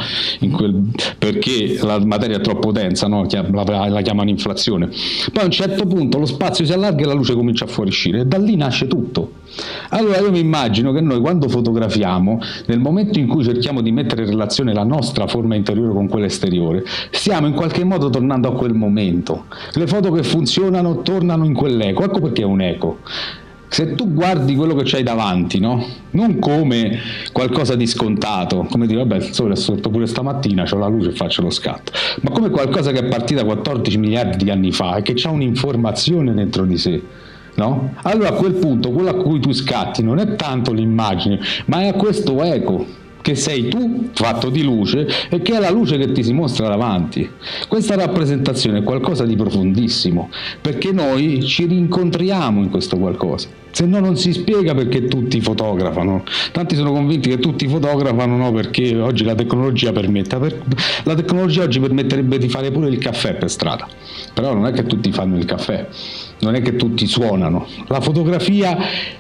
Perché la materia è troppo densa, no? La chiamano inflazione. Poi a un certo punto lo spazio si allarga e la luce comincia a fuoriuscire e da lì nasce tutto. Allora io mi immagino che noi quando fotografiamo, nel momento in cui cerchiamo di mettere in relazione la nostra forma interiore con quella esteriore, stiamo in qualche modo tornando a quel momento. Le foto che funzionano tornano in quell'eco, ecco perché è un eco. Se tu guardi quello che c'hai davanti, no? Non come qualcosa di scontato, come dire vabbè il sole è sorto pure stamattina, c'ho la luce e faccio lo scatto, ma come qualcosa che è partita 14 miliardi di anni fa e che ha un'informazione dentro di sé, no? Allora a quel punto quello a cui tu scatti non è tanto l'immagine, ma è questo eco che sei tu fatto di luce e che è la luce che ti si mostra davanti. Questa rappresentazione è qualcosa di profondissimo, perché noi ci rincontriamo in questo qualcosa, se no non si spiega perché tutti fotografano. Tanti sono convinti che tutti fotografano, no, perché oggi la tecnologia permette. La tecnologia oggi permetterebbe di fare pure il caffè per strada, però non è che tutti fanno il caffè, non è che tutti suonano. La fotografia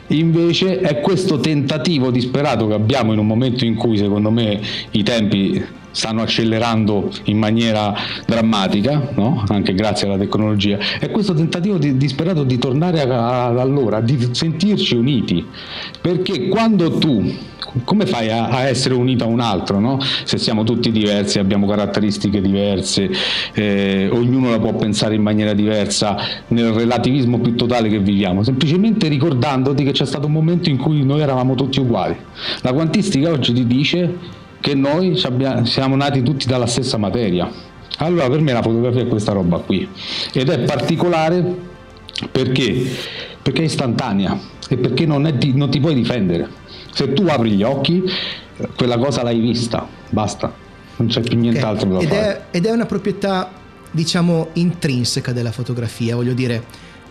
invece è questo tentativo disperato che abbiamo in un momento in cui secondo me i tempi stanno accelerando in maniera drammatica, no? Anche grazie alla tecnologia, è questo tentativo disperato di tornare ad allora, di sentirci uniti, perché quando tu come fai a essere unito a un altro, no? Se siamo tutti diversi, abbiamo caratteristiche diverse, ognuno la può pensare in maniera diversa nel relativismo più totale che viviamo, semplicemente ricordandoti che c'è stato un momento in cui noi eravamo tutti uguali. La quantistica oggi ti dice che noi siamo nati tutti dalla stessa materia. Allora per me la fotografia è questa roba qui, ed è particolare perché è istantanea e perché non ti puoi difendere. Se tu apri gli occhi, quella cosa l'hai vista, basta, non c'è più nient'altro da fare. Ed è una proprietà, diciamo, intrinseca della fotografia, voglio dire,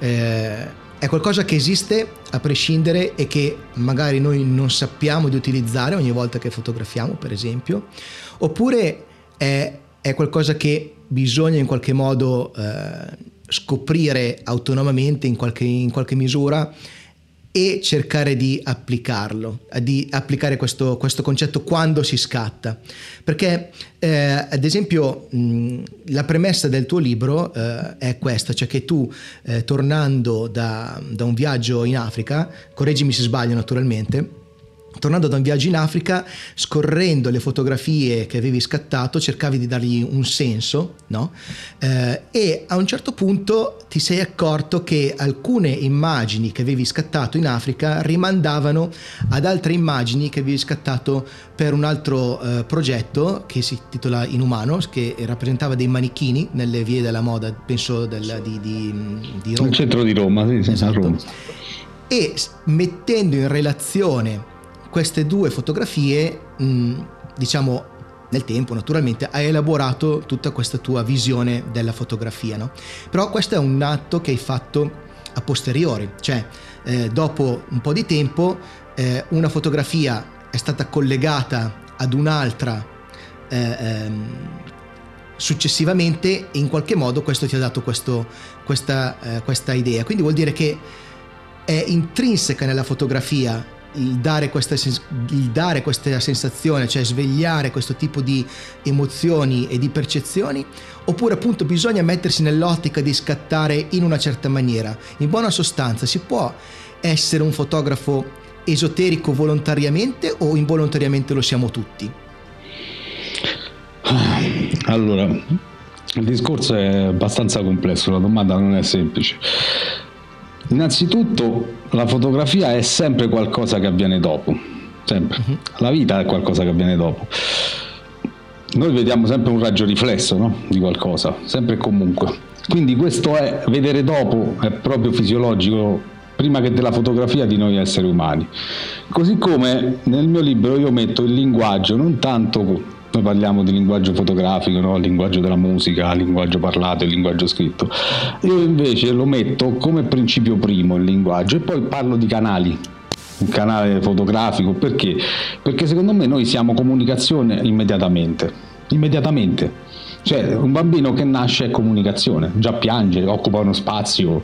è qualcosa che esiste a prescindere e che magari noi non sappiamo di utilizzare ogni volta che fotografiamo, per esempio, oppure è qualcosa che bisogna in qualche modo scoprire autonomamente in qualche misura e cercare di applicarlo, di applicare questo concetto quando si scatta, perché ad esempio la premessa del tuo libro è questa, cioè che tu tornando da un viaggio in Africa, correggimi se sbaglio naturalmente, tornando da un viaggio in Africa, scorrendo le fotografie che avevi scattato, cercavi di dargli un senso, no? E a un certo punto ti sei accorto che alcune immagini che avevi scattato in Africa rimandavano ad altre immagini che avevi scattato per un altro progetto che si intitola Inhumanos, che rappresentava dei manichini nelle vie della moda, penso di Roma. Il centro di Roma, sì, esatto. Roma. E mettendo in relazione queste due fotografie, diciamo nel tempo naturalmente hai elaborato tutta questa tua visione della fotografia, no? Però questo è un atto che hai fatto a posteriori, cioè dopo un po' di tempo una fotografia è stata collegata ad un'altra successivamente, e in qualche modo questo ti ha dato questa idea. Quindi vuol dire che è intrinseca nella fotografia il dare questa sensazione, cioè svegliare questo tipo di emozioni e di percezioni, oppure appunto bisogna mettersi nell'ottica di scattare in una certa maniera. In buona sostanza, si può essere un fotografo esoterico volontariamente o involontariamente lo siamo tutti? Allora, il discorso è abbastanza complesso, la domanda non è semplice. Innanzitutto la fotografia è sempre qualcosa che avviene dopo, sempre. La vita è qualcosa che avviene dopo. Noi vediamo sempre un raggio riflesso, no? Di qualcosa, sempre e comunque. Quindi questo è, vedere dopo è proprio fisiologico, prima che della fotografia, di noi esseri umani. Così come nel mio libro io metto il linguaggio, non tanto, noi parliamo di linguaggio fotografico, no? Il linguaggio della musica, il linguaggio parlato, il linguaggio scritto. Io invece lo metto come principio primo, il linguaggio, e poi parlo di canali, un canale fotografico. Perché? Perché secondo me noi siamo comunicazione immediatamente. Cioè un bambino che nasce è comunicazione, già piange, occupa uno spazio,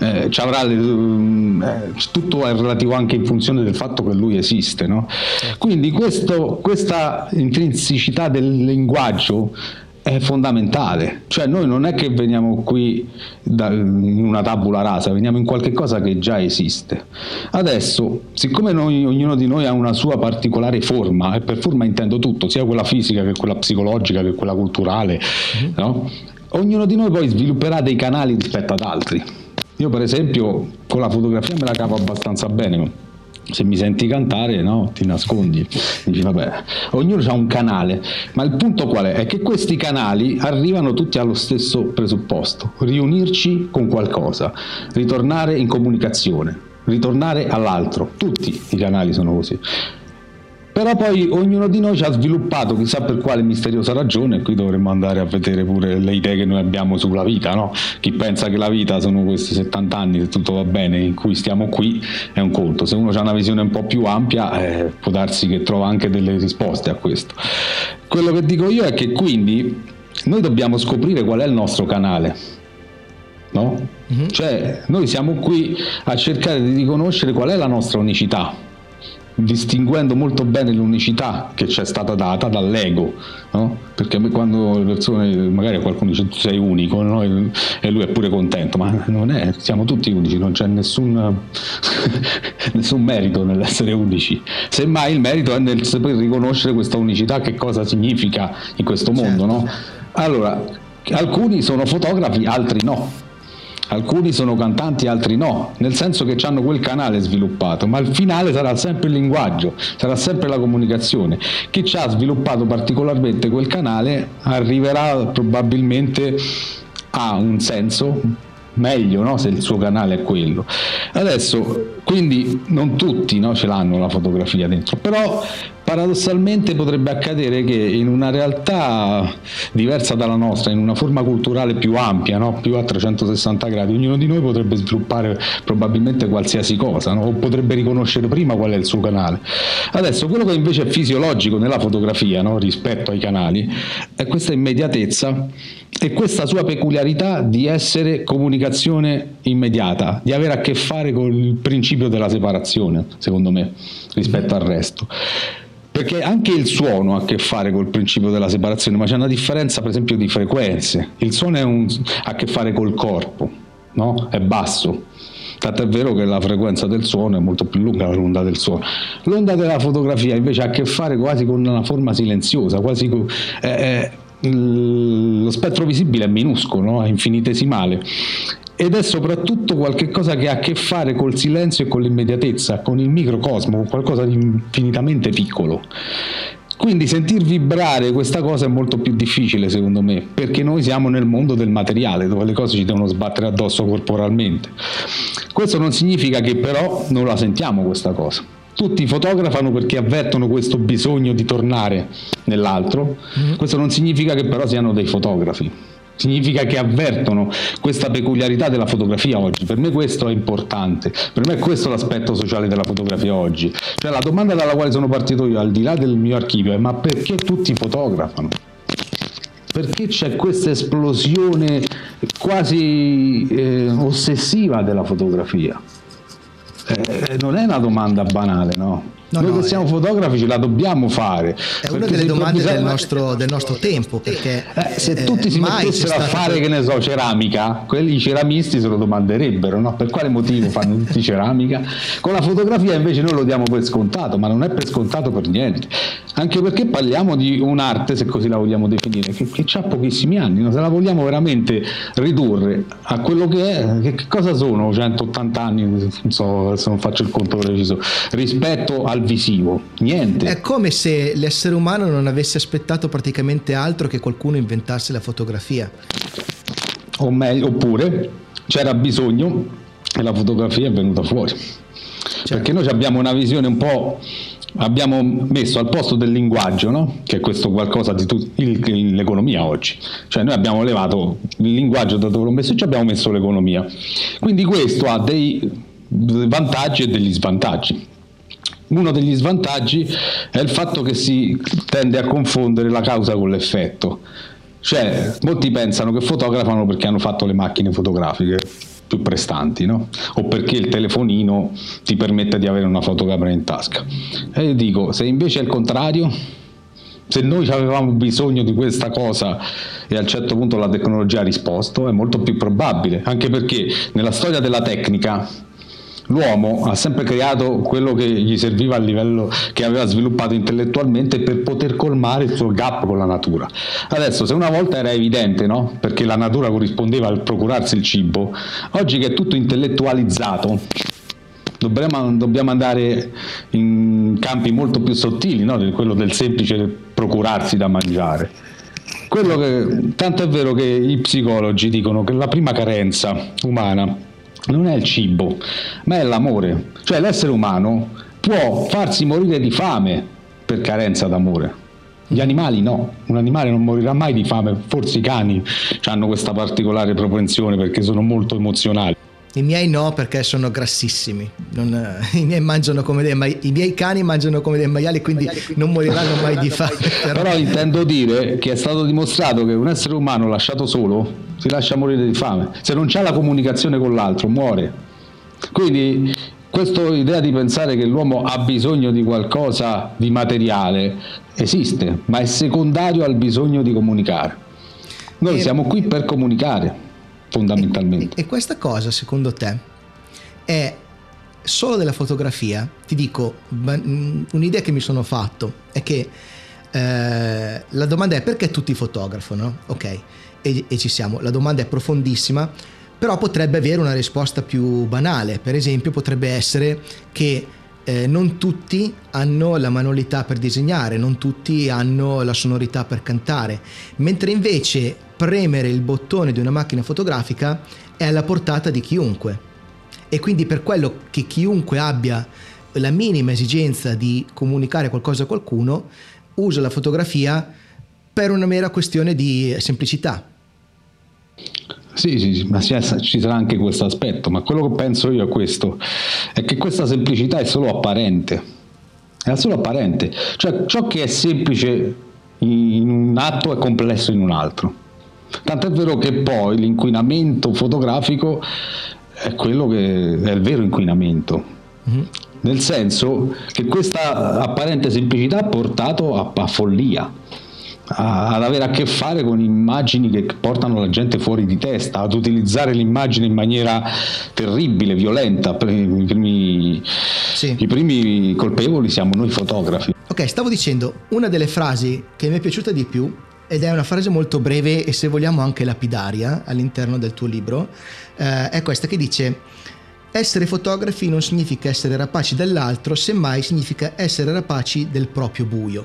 tutto è relativo anche in funzione del fatto che lui esiste, no? Quindi questa intrinsecità del linguaggio è fondamentale. Cioè noi non è che veniamo qui in una tabula rasa, veniamo in qualche cosa che già esiste. Adesso, siccome ognuno di noi ha una sua particolare forma, e per forma intendo tutto, sia quella fisica che quella psicologica che quella culturale, no? Ognuno di noi poi svilupperà dei canali rispetto ad altri. Io per esempio con la fotografia me la cavo abbastanza bene. Se mi senti cantare, no, ti nascondi, dici vabbè, ognuno ha un canale, ma il punto qual è? È che questi canali arrivano tutti allo stesso presupposto: riunirci con qualcosa, ritornare in comunicazione, ritornare all'altro. Tutti i canali sono così. Però poi ognuno di noi ci ha sviluppato, chissà per quale misteriosa ragione, e qui dovremmo andare a vedere pure le idee che noi abbiamo sulla vita, no? Chi pensa che la vita sono questi 70 anni, se tutto va bene, in cui stiamo qui, è un conto. Se uno ha una visione un po' più ampia, può darsi che trova anche delle risposte a questo. Quello che dico io è che quindi noi dobbiamo scoprire qual è il nostro canale, no? Cioè noi siamo qui a cercare di riconoscere qual è la nostra unicità, distinguendo molto bene l'unicità che ci è stata data dall'ego, no? Perché quando le persone, magari qualcuno dice tu sei unico, no? E lui è pure contento, ma non è, siamo tutti unici, non c'è nessun merito nell'essere unici. Semmai il merito è nel saper riconoscere questa unicità, che cosa significa in questo mondo, no? Allora, alcuni sono fotografi, altri no. Alcuni sono cantanti, altri no, nel senso che hanno quel canale sviluppato, ma il finale sarà sempre il linguaggio, sarà sempre la comunicazione. Chi ci ha sviluppato particolarmente quel canale arriverà probabilmente a un senso meglio, no? Se il suo canale è quello. Adesso, quindi non tutti, no, ce l'hanno la fotografia dentro, però paradossalmente potrebbe accadere che in una realtà diversa dalla nostra, in una forma culturale più ampia, no? Più a 360 gradi, ognuno di noi potrebbe sviluppare probabilmente qualsiasi cosa, no? O potrebbe riconoscere prima qual è il suo canale. Adesso quello che invece è fisiologico nella fotografia, no? Rispetto ai canali, è questa immediatezza e questa sua peculiarità di essere comunicazione immediata, di avere a che fare con il principio della separazione, secondo me, rispetto al resto. Perché anche il suono ha a che fare col principio della separazione, ma c'è una differenza per esempio di frequenze. Il suono ha a che fare col corpo, no? È basso. Tant'è vero che la frequenza del suono è molto più lunga dell'onda del suono. L'onda della fotografia invece ha a che fare quasi con una forma silenziosa, quasi con, lo spettro visibile è minuscolo, no? È infinitesimale, ed è soprattutto qualche cosa che ha a che fare col silenzio e con l'immediatezza, con il microcosmo, con qualcosa di infinitamente piccolo. Quindi sentir vibrare questa cosa è molto più difficile secondo me, perché noi siamo nel mondo del materiale, dove le cose ci devono sbattere addosso corporalmente. Questo non significa che però non la sentiamo questa cosa. Tutti fotografano perché avvertono questo bisogno di tornare nell'altro. Questo non significa che però siano dei fotografi. Significa che avvertono questa peculiarità della fotografia oggi. Per me questo è importante, per me è questo l'aspetto sociale della fotografia oggi. Cioè la domanda dalla quale sono partito io, al di là del mio archivio, è: ma perché tutti fotografano? Perché c'è questa esplosione quasi ossessiva della fotografia? Non è una domanda banale, no? Noi che siamo fotografi ce la dobbiamo fare. È una delle domande del nostro tempo, perché se tutti si mettessero a fare, che ne so, ceramica, quelli ceramisti se lo domanderebbero, no? Per quale motivo fanno tutti ceramica? Con la fotografia invece noi lo diamo per scontato, ma non è per scontato per niente, anche perché parliamo di un'arte, se così la vogliamo definire, che ha pochissimi anni, no? Se la vogliamo veramente ridurre a quello che è, che cosa sono 180 anni, non so, adesso non faccio il conto preciso, rispetto al visivo, niente. È come se l'essere umano non avesse aspettato praticamente altro che qualcuno inventasse la fotografia. O meglio, oppure c'era bisogno e la fotografia è venuta fuori. Certo. Perché noi abbiamo una visione un po', abbiamo messo al posto del linguaggio, no? Che è questo qualcosa di l'economia oggi. Cioè noi abbiamo levato il linguaggio da dove l'ho messo e ci abbiamo messo l'economia. Quindi questo ha dei vantaggi e degli svantaggi. Uno degli svantaggi è il fatto che si tende a confondere la causa con l'effetto. Cioè, molti pensano che fotografano perché hanno fatto le macchine fotografiche più prestanti, no? O perché il telefonino ti permette di avere una fotocamera in tasca. E io dico, se invece è il contrario, se noi avevamo bisogno di questa cosa e a un certo punto la tecnologia ha risposto, è molto più probabile, anche perché nella storia della tecnica l'uomo ha sempre creato quello che gli serviva a livello che aveva sviluppato intellettualmente per poter colmare il suo gap con la natura. Adesso, se una volta era evidente, no? Perché la natura corrispondeva al procurarsi il cibo, oggi che è tutto intellettualizzato dobbiamo andare in campi molto più sottili, no? Quello del semplice procurarsi da mangiare. Tanto è vero che i psicologi dicono che la prima carenza umana non è il cibo, ma è l'amore. Cioè l'essere umano può farsi morire di fame per carenza d'amore. Gli animali no, un animale non morirà mai di fame, forse i cani hanno questa particolare propensione perché sono molto emozionali. I miei no, perché sono grassissimi. I miei cani mangiano come dei maiali, quindi non moriranno mai di fame. Però intendo dire che è stato dimostrato che un essere umano lasciato solo si lascia morire di fame. Se non c'è la comunicazione con l'altro, muore. Quindi questa idea di pensare che l'uomo ha bisogno di qualcosa di materiale esiste, ma è secondario al bisogno di comunicare. Noi siamo qui per comunicare. Fondamentalmente. E questa cosa, secondo te, è solo della fotografia? Ti dico, un'idea che mi sono fatto è che la domanda è: perché tutti fotografano? Ok, e ci siamo. La domanda è profondissima, però potrebbe avere una risposta più banale. Per esempio, potrebbe essere che non tutti hanno la manualità per disegnare, non tutti hanno la sonorità per cantare, mentre invece premere il bottone di una macchina fotografica è alla portata di chiunque, e quindi per quello che chiunque abbia la minima esigenza di comunicare qualcosa a qualcuno usa la fotografia per una mera questione di semplicità. Sì, ma ci sarà anche questo aspetto, ma quello che penso io è questo, è che questa semplicità è solo apparente, cioè ciò che è semplice in un atto è complesso in un altro. Tanto è vero che poi l'inquinamento fotografico è quello che è il vero inquinamento, nel senso che questa apparente semplicità ha portato a follia. ad avere a che fare con immagini che portano la gente fuori di testa, ad utilizzare l'immagine in maniera terribile, violenta. I primi colpevoli siamo noi fotografi. Ok, stavo dicendo, una delle frasi che mi è piaciuta di più, ed è una frase molto breve e se vogliamo anche lapidaria all'interno del tuo libro, è questa che dice: essere fotografi non significa essere rapaci dell'altro, semmai significa essere rapaci del proprio buio.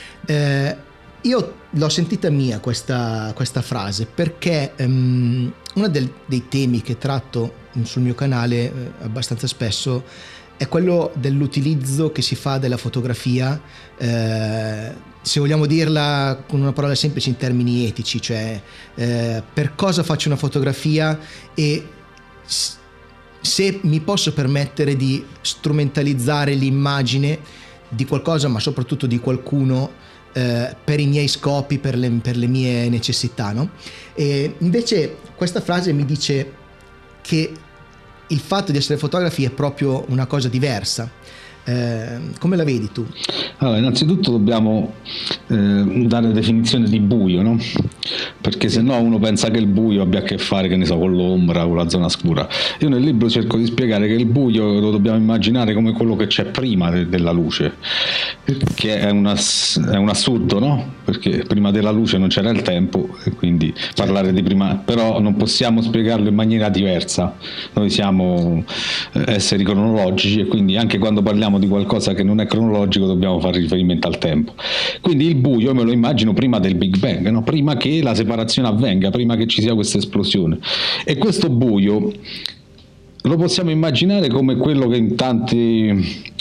Io l'ho sentita mia questa frase, perché uno dei temi che tratto sul mio canale abbastanza spesso è quello dell'utilizzo che si fa della fotografia, se vogliamo dirla con una parola semplice, in termini etici, cioè per cosa faccio una fotografia e se mi posso permettere di strumentalizzare l'immagine di qualcosa, ma soprattutto di qualcuno, per i miei scopi, per le mie necessità, no? E invece questa frase mi dice che il fatto di essere fotografi è proprio una cosa diversa. Come la vedi tu? Allora, innanzitutto dobbiamo dare definizione di buio, no? Perché se no uno pensa che il buio abbia a che fare, che ne so, con l'ombra, con la zona scura. Io nel libro cerco di spiegare che il buio lo dobbiamo immaginare come quello che c'è prima della luce, che è un assurdo, no? Perché prima della luce non c'era il tempo e quindi parlare di prima, però non possiamo spiegarlo in maniera diversa. Noi siamo esseri cronologici e quindi anche quando parliamo di qualcosa che non è cronologico dobbiamo fare riferimento al tempo. Quindi il buio me lo immagino prima del Big Bang, no? Prima che la separazione avvenga, prima che ci sia questa esplosione. E questo buio lo possiamo immaginare come quello che in tante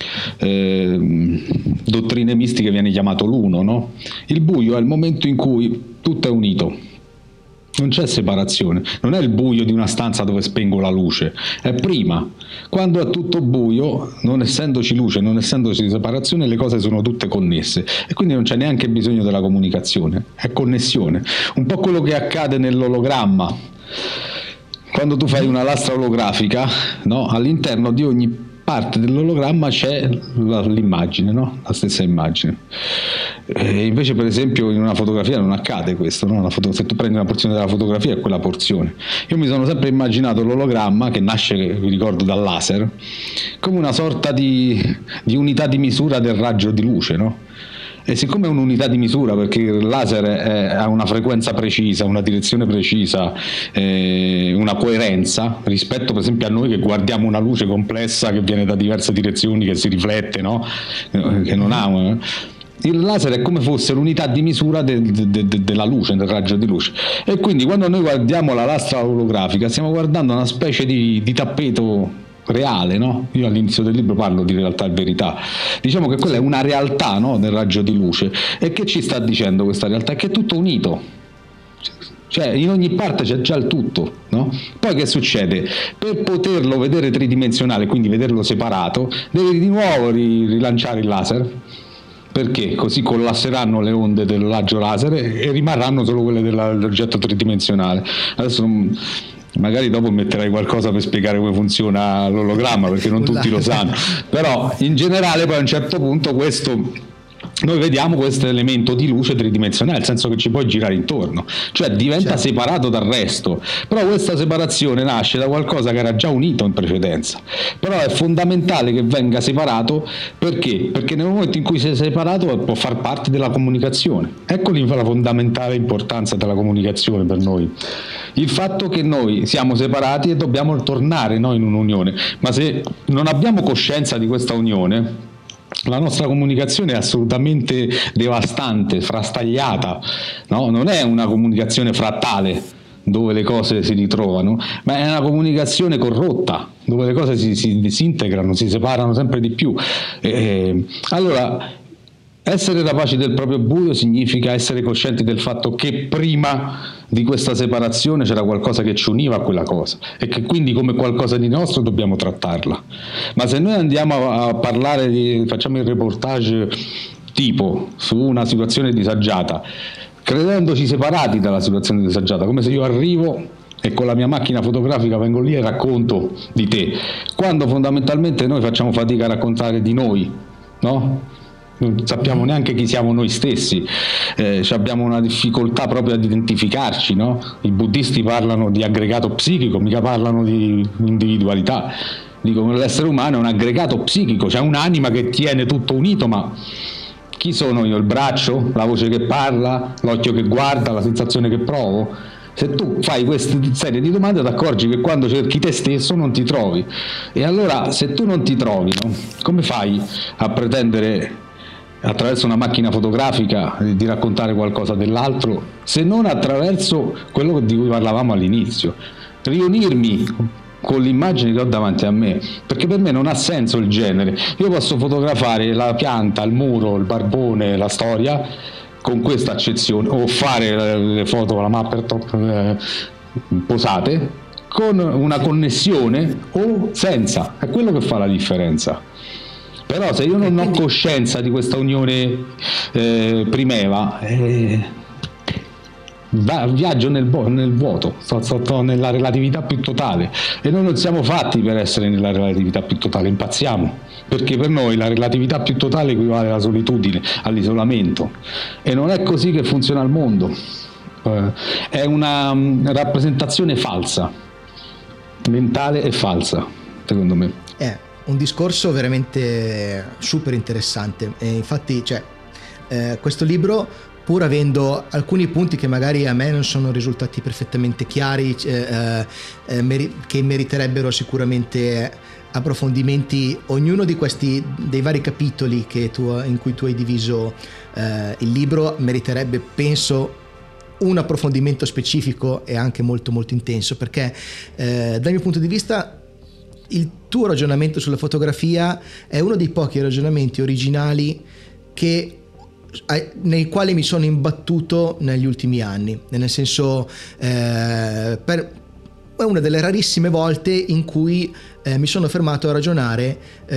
dottrine mistiche viene chiamato l'uno, no? Il buio è il momento in cui tutto è unito. Non c'è separazione, non è il buio di una stanza dove spengo la luce, è prima, quando è tutto buio, non essendoci luce, non essendoci separazione, le cose sono tutte connesse e quindi non c'è neanche bisogno della comunicazione, è connessione, un po' quello che accade nell'ologramma. Quando tu fai una lastra olografica, no? All'interno di ogni parte dell'ologramma c'è l'immagine, no? La stessa immagine. E invece per esempio in una fotografia non accade questo, no? Se tu prendi una porzione della fotografia è quella porzione. Io mi sono sempre immaginato l'ologramma, che nasce, vi ricordo, dal laser, come una sorta di unità di misura del raggio di luce, no? E siccome è un'unità di misura, perché il laser ha una frequenza precisa, una direzione precisa, una coerenza rispetto per esempio a noi che guardiamo una luce complessa che viene da diverse direzioni, che si riflette, no? Che non ha il laser è come fosse l'unità di misura della luce, del raggio di luce, e quindi quando noi guardiamo la lastra olografica stiamo guardando una specie di tappeto reale, no? Io all'inizio del libro parlo di realtà e verità, diciamo che quella è una realtà, no? Del raggio di luce. E che ci sta dicendo questa realtà? È che è tutto unito, cioè in ogni parte c'è già il tutto, no? Poi che succede? Per poterlo vedere tridimensionale, quindi vederlo separato, devi di nuovo rilanciare il laser, perché così collasseranno le onde del raggio laser e rimarranno solo quelle dell'oggetto tridimensionale. Adesso magari dopo metterai qualcosa per spiegare come funziona l'ologramma, perché non tutti lo sanno, però in generale poi a un certo punto noi vediamo questo elemento di luce tridimensionale, nel senso che ci puoi girare intorno, cioè diventa separato dal resto, però questa separazione nasce da qualcosa che era già unito in precedenza, però è fondamentale che venga separato. Perché? Perché nel momento in cui si è separato può far parte della comunicazione. Ecco la fondamentale importanza della comunicazione per noi, il fatto che noi siamo separati e dobbiamo tornare in un'unione, ma se non abbiamo coscienza di questa unione, la nostra comunicazione è assolutamente devastante, frastagliata, no? Non è una comunicazione frattale dove le cose si ritrovano, ma è una comunicazione corrotta dove le cose si disintegrano, si separano sempre di più. Allora, essere rapaci del proprio buio significa essere coscienti del fatto che prima di questa separazione c'era qualcosa che ci univa a quella cosa e che quindi come qualcosa di nostro dobbiamo trattarla. Ma se noi andiamo a parlare facciamo il reportage tipo su una situazione disagiata, credendoci separati dalla situazione disagiata, come se io arrivo e con la mia macchina fotografica vengo lì e racconto di te, quando fondamentalmente noi facciamo fatica a raccontare di noi, no? non sappiamo neanche chi siamo noi stessi, abbiamo una difficoltà proprio ad identificarci, no? I buddisti parlano di aggregato psichico, mica parlano di individualità. Dicono che l'essere umano è un aggregato psichico, c'è un'anima che tiene tutto unito, ma chi sono io? Il braccio? La voce che parla? L'occhio che guarda? La sensazione che provo? Se tu fai queste serie di domande ti accorgi che quando cerchi te stesso non ti trovi, e allora se tu non ti trovi, no? Come fai a pretendere attraverso una macchina fotografica di raccontare qualcosa dell'altro, se non attraverso quello di cui parlavamo all'inizio, riunirmi con l'immagine che ho davanti a me, perché per me non ha senso il genere. Io posso fotografare la pianta, il muro, il barbone, la storia con questa accezione, o fare le foto con la Mappertop posate con una connessione o senza, è quello che fa la differenza. Però se io non ho coscienza di questa unione primeva, viaggio nel vuoto, sto nella relatività più totale, e noi non siamo fatti per essere nella relatività più totale, impazziamo, perché per noi la relatività più totale equivale alla solitudine, all'isolamento, e non è così che funziona il mondo. È una rappresentazione falsa, mentale e falsa, secondo me. È un discorso veramente super interessante, e infatti questo libro, pur avendo alcuni punti che magari a me non sono risultati perfettamente chiari, che meriterebbero sicuramente approfondimenti, ognuno di questi, dei vari capitoli in cui tu hai diviso il libro, meriterebbe, penso, un approfondimento specifico e anche molto molto intenso, perché dal mio punto di vista il tuo ragionamento sulla fotografia è uno dei pochi ragionamenti originali nei quali mi sono imbattuto negli ultimi anni, nel senso, è una delle rarissime volte in cui mi sono fermato a ragionare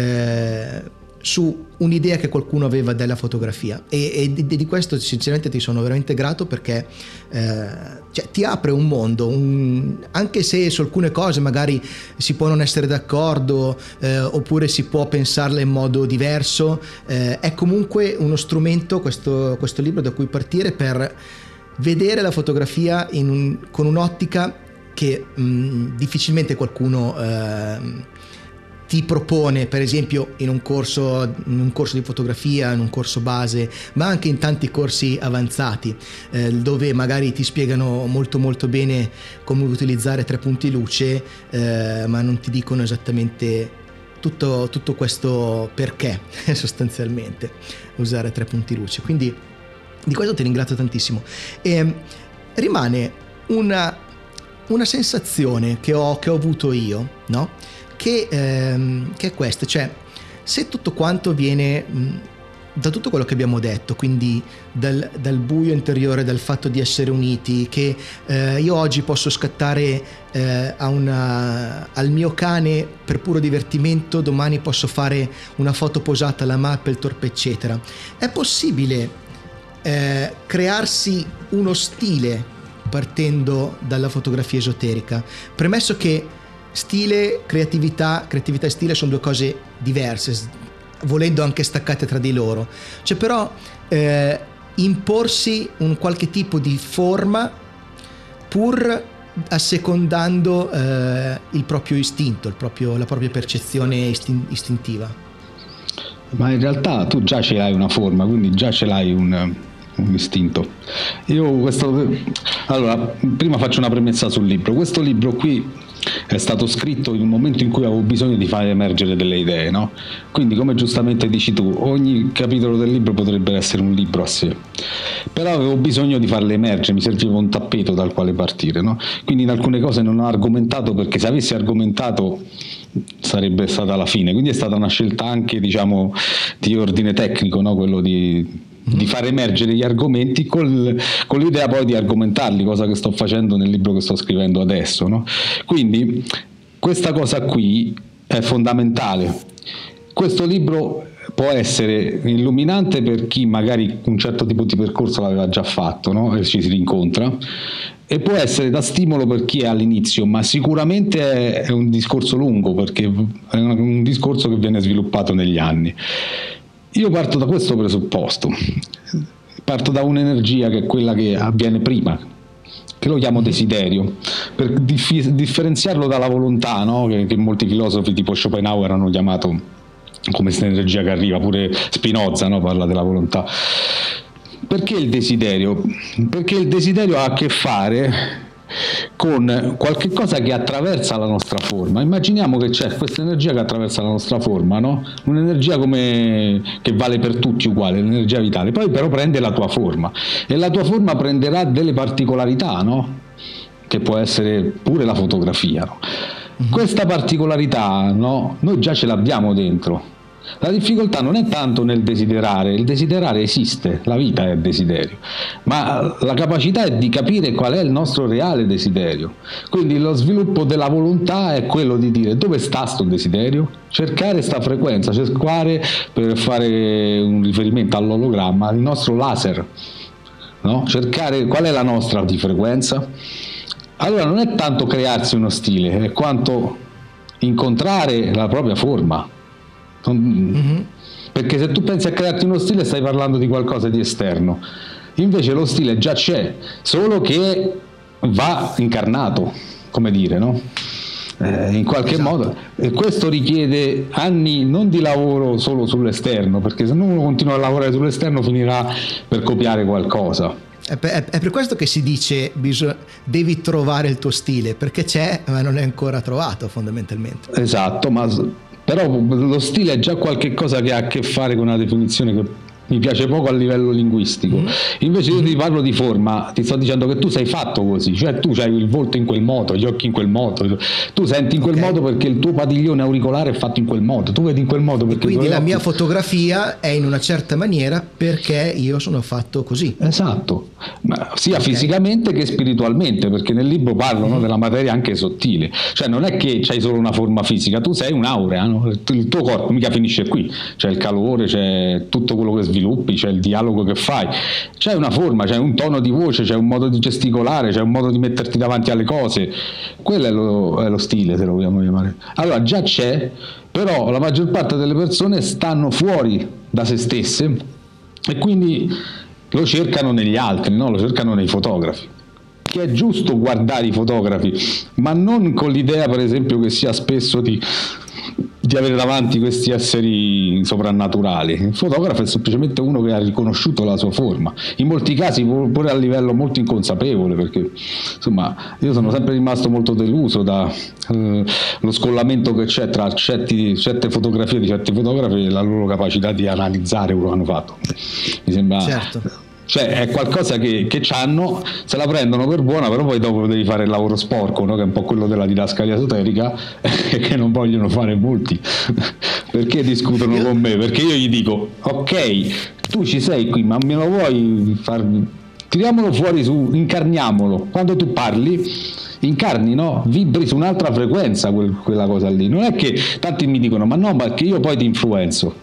su un'idea che qualcuno aveva della fotografia, e di questo sinceramente ti sono veramente grato, perché ti apre un mondo, anche se su alcune cose magari si può non essere d'accordo, oppure si può pensarle in modo diverso, è comunque uno strumento, questo libro, da cui partire per vedere la fotografia con un'ottica che difficilmente qualcuno ti propone, per esempio in un corso di fotografia, in un corso base, ma anche in tanti corsi avanzati, dove magari ti spiegano molto molto bene come utilizzare 3 punti luce, ma non ti dicono esattamente tutto questo perché sostanzialmente usare 3 punti luce. Quindi di questo ti ringrazio tantissimo, e rimane una sensazione che ho avuto io, no? Che è questa, cioè, se tutto quanto viene da tutto quello che abbiamo detto, quindi dal buio interiore, dal fatto di essere uniti, che io oggi posso scattare al mio cane per puro divertimento, domani posso fare una foto posata alla Mapplethorpe, eccetera, è possibile crearsi uno stile partendo dalla fotografia esoterica, premesso che stile, creatività e stile sono 2 cose diverse, volendo anche staccate tra di loro. Però imporsi un qualche tipo di forma pur assecondando il proprio istinto, la propria percezione istintiva. Ma in realtà tu già ce l'hai una forma, quindi già ce l'hai un istinto. Allora, prima faccio una premessa sul libro. Questo libro qui è stato scritto in un momento in cui avevo bisogno di fare emergere delle idee, no? Quindi, come giustamente dici tu, ogni capitolo del libro potrebbe essere un libro a sé, però avevo bisogno di farle emergere, mi serviva un tappeto dal quale partire, no? Quindi in alcune cose non ho argomentato, perché se avessi argomentato sarebbe stata la fine, quindi è stata una scelta anche, diciamo, di ordine tecnico, no? Quello di far emergere gli argomenti con l'idea poi di argomentarli, cosa che sto facendo nel libro che sto scrivendo adesso, no? Quindi questa cosa qui è fondamentale. Questo libro può essere illuminante per chi magari un certo tipo di percorso l'aveva già fatto, no? E ci si rincontra, e può essere da stimolo per chi è all'inizio, ma sicuramente è un discorso lungo, perché è un discorso che viene sviluppato negli anni. io parto da questo presupposto, parto da un'energia che è quella che avviene prima, che lo chiamo desiderio, per differenziarlo dalla volontà, no? che molti filosofi tipo Schopenhauer hanno chiamato come questa energia che arriva, pure Spinoza, no? Parla della volontà. Perché il desiderio? Perché il desiderio ha a che fare con qualche cosa che attraversa la nostra forma. Immaginiamo che c'è questa energia che attraversa la nostra forma, no? Un'energia come che vale per tutti uguale, l'energia vitale, poi però prende la tua forma e la tua forma prenderà delle particolarità, no? Che può essere pure la fotografia, no? Questa particolarità, no? Noi già ce l'abbiamo dentro. La difficoltà non è tanto nel desiderare, il desiderare esiste, la vita è desiderio, ma la capacità è di capire qual è il nostro reale desiderio. Quindi lo sviluppo della volontà è quello di dire dove sta sto desiderio, cercare sta frequenza, cercare, per fare un riferimento all'ologramma, il nostro laser, no? Cercare qual è la nostra di frequenza. Allora non è tanto crearsi uno stile, è quanto incontrare la propria forma. Perché se tu pensi a crearti uno stile stai parlando di qualcosa di esterno, invece lo stile già c'è, solo che va incarnato, come dire, no? In qualche modo, e questo richiede anni non di lavoro solo sull'esterno, perché se non uno continua a lavorare sull'esterno finirà per copiare qualcosa. È per questo che si dice devi trovare il tuo stile, perché c'è ma non è ancora trovato fondamentalmente. Esatto, però lo stile è già qualche cosa che ha a che fare con una definizione che mi piace poco a livello linguistico. Invece io ti parlo di forma, ti sto dicendo che tu sei fatto così, cioè tu hai il volto in quel modo, gli occhi in quel modo, tu senti in quel modo perché il tuo padiglione auricolare è fatto in quel modo, tu vedi in quel modo perché quindi la mia fotografia è in una certa maniera perché io sono fatto così. Esatto, ma sia fisicamente che spiritualmente, perché nel libro parlano della materia anche sottile, cioè non è che c'hai solo una forma fisica, tu sei un'aurea, no? Il tuo corpo mica finisce qui, c'è il calore, c'è tutto quello che sviluppi, c'è il dialogo che fai, c'è una forma, c'è un tono di voce, c'è un modo di gesticolare, c'è un modo di metterti davanti alle cose, quello è lo stile, se lo vogliamo chiamare. Allora già c'è, però la maggior parte delle persone stanno fuori da se stesse e quindi lo cercano negli altri, no? Lo cercano nei fotografi, che è giusto guardare i fotografi, ma non con l'idea per esempio che sia spesso di avere davanti questi esseri soprannaturali. Il fotografo è semplicemente uno che ha riconosciuto la sua forma, in molti casi pure a livello molto inconsapevole, perché insomma io sono sempre rimasto molto deluso da lo scollamento che c'è tra certe fotografie di certi fotografi e la loro capacità di analizzare quello che hanno fatto. Mi sembra cioè è qualcosa che c'hanno, se la prendono per buona, però poi dopo devi fare il lavoro sporco, no? Che è un po' quello della didascalia esoterica che non vogliono fare molti. Perché discutono con me? Perché io gli dico ok, tu ci sei qui, ma me lo vuoi far, tiriamolo fuori, incarniamolo. Quando tu parli incarni, no? Vibri su un'altra frequenza quella cosa lì. Non è che tanti mi dicono ma no, perché io poi ti influenzo.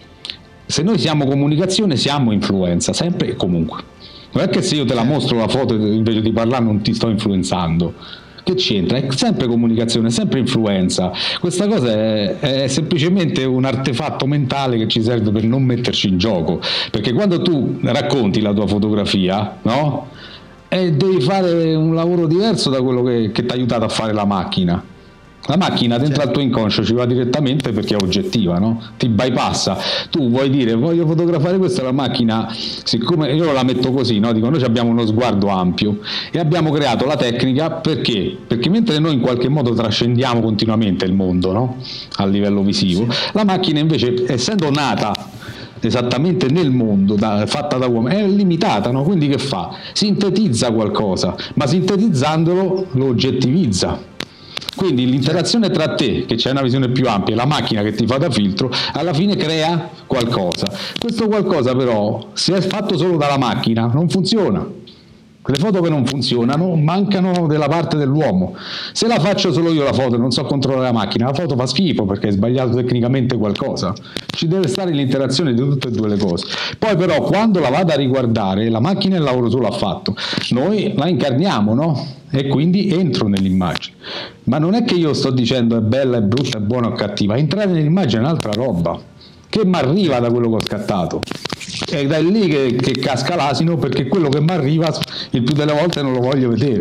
Se noi siamo comunicazione siamo influenza, sempre e comunque. Non è che se io te la mostro la foto invece di parlare non ti sto influenzando. Che c'entra? È sempre comunicazione, è sempre influenza. Questa cosa è semplicemente un artefatto mentale che ci serve per non metterci in gioco. Perché quando tu racconti la tua fotografia, no? Devi fare un lavoro diverso da quello che ti ha aiutato a fare la macchina. La macchina dentro al tuo inconscio ci va direttamente perché è oggettiva, no? Ti bypassa. Tu vuoi dire voglio fotografare questa, la macchina, siccome io la metto così, no? Dico, noi abbiamo uno sguardo ampio e abbiamo creato la tecnica perché mentre noi in qualche modo trascendiamo continuamente il mondo, no? A livello visivo, la macchina invece, essendo nata esattamente nel mondo, fatta da uomo, è limitata, no? Quindi che fa? Sintetizza qualcosa, ma sintetizzandolo lo oggettivizza. Quindi l'interazione tra te, che c'è una visione più ampia, e la macchina che ti fa da filtro, alla fine crea qualcosa. Questo qualcosa però, se è fatto solo dalla macchina, non funziona. Le foto che non funzionano mancano della parte dell'uomo. Se la faccio solo io la foto e non so controllare la macchina, la foto fa schifo perché è sbagliato tecnicamente qualcosa. Ci deve stare l'interazione di tutte e due le cose. Poi però quando la vado a riguardare, la macchina il lavoro solo ha fatto. Noi la incarniamo, no? E quindi entro nell'immagine. Ma non è che io sto dicendo è bella, è brutta, è buona o cattiva. Entrare nell'immagine è un'altra roba. che mi arriva da quello che ho scattato. Ed è lì che casca l'asino, perché quello che mi arriva il più delle volte non lo voglio vedere.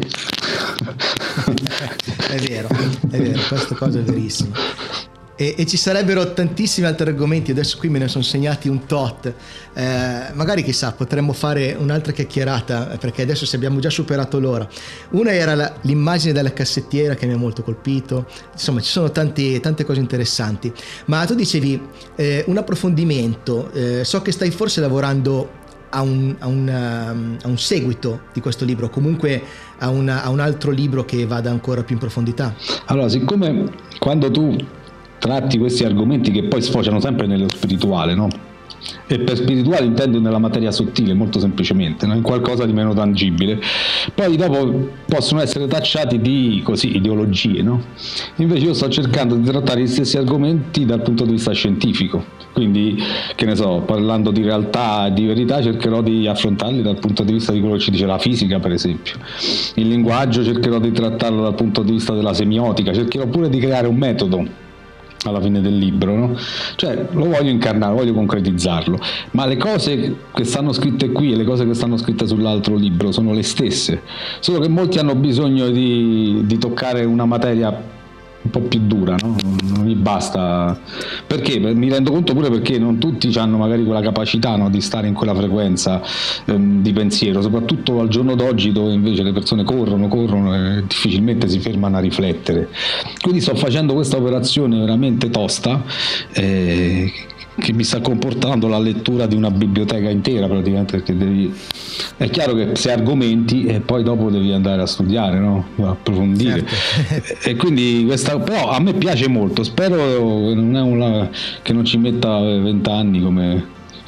È vero, questa cosa è verissima. E ci sarebbero tantissimi altri argomenti, adesso qui me ne sono segnati un tot, magari chissà potremmo fare un'altra chiacchierata, perché adesso se abbiamo già superato l'ora. Una era l'immagine della cassettiera che mi ha molto colpito, insomma ci sono tante cose interessanti, ma tu dicevi un approfondimento, so che stai forse lavorando a un seguito di questo libro, comunque a un altro libro che vada ancora più in profondità. Allora, siccome quando tu tratti questi argomenti che poi sfociano sempre nello spirituale, no? E per spirituale intendo nella materia sottile, molto semplicemente, no? In qualcosa di meno tangibile, poi dopo possono essere tacciati di così ideologie, no? Invece io sto cercando di trattare gli stessi argomenti dal punto di vista scientifico, quindi che ne so, parlando di realtà e di verità cercherò di affrontarli dal punto di vista di quello che ci dice la fisica, per esempio. Il linguaggio cercherò di trattarlo dal punto di vista della semiotica, cercherò pure di creare un metodo alla fine del libro, no? Cioè lo voglio incarnare, voglio concretizzarlo, ma le cose che stanno scritte qui e le cose che stanno scritte sull'altro libro sono le stesse, solo che molti hanno bisogno di toccare una materia un po' più dura, no? Non gli basta, perché mi rendo conto pure perché non tutti hanno magari quella capacità, no, di stare in quella frequenza di pensiero, soprattutto al giorno d'oggi, dove invece le persone corrono e difficilmente si fermano a riflettere. Quindi sto facendo questa operazione veramente tosta, che mi sta comportando la lettura di una biblioteca intera praticamente, perché è chiaro che se argomenti e poi dopo devi andare a studiare, no? A approfondire, certo. E quindi questa, però a me piace molto, spero che non ci metta 20 anni come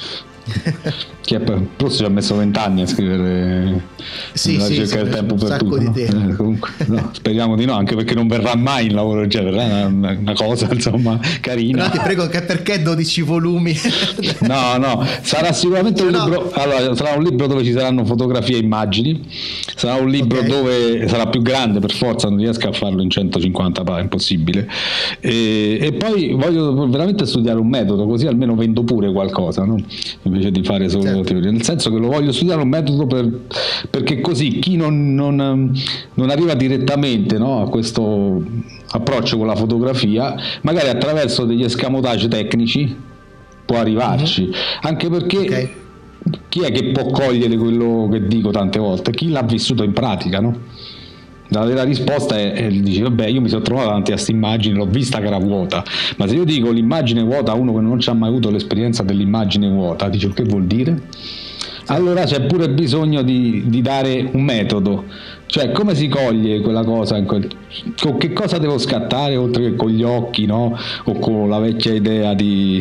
però ci ha messo 20 anni a scrivere la ricerca del tempo per tutto, no? Comunque, no, speriamo di no, anche perché non verrà mai il lavoro, cioè verrà una cosa insomma carina. No, ti prego, perché 12 volumi? no, sarà sicuramente un libro, allora, sarà un libro dove ci saranno fotografie e immagini, sarà un libro dove sarà più grande per forza, non riesco a farlo in 150 pagine, è impossibile, e poi voglio veramente studiare un metodo, così almeno vendo pure qualcosa, no? Invece di fare solo teoria, nel senso che lo voglio studiare un metodo perché così chi non arriva direttamente, no, a questo approccio con la fotografia, magari attraverso degli escamotage tecnici può arrivarci, anche perché chi è che può cogliere quello che dico tante volte? Chi l'ha vissuto in pratica, no? La vera risposta è dice vabbè, io mi sono trovato davanti a questa immagine, l'ho vista che era vuota, ma se io dico l'immagine vuota a uno che non ci ha mai avuto l'esperienza dell'immagine vuota, dice che vuol dire? Allora c'è pure bisogno di dare un metodo, cioè come si coglie quella cosa, con che cosa devo scattare oltre che con gli occhi, no? O con la vecchia idea di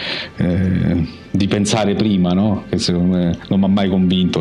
pensare prima, no? Che secondo me non mi ha mai convinto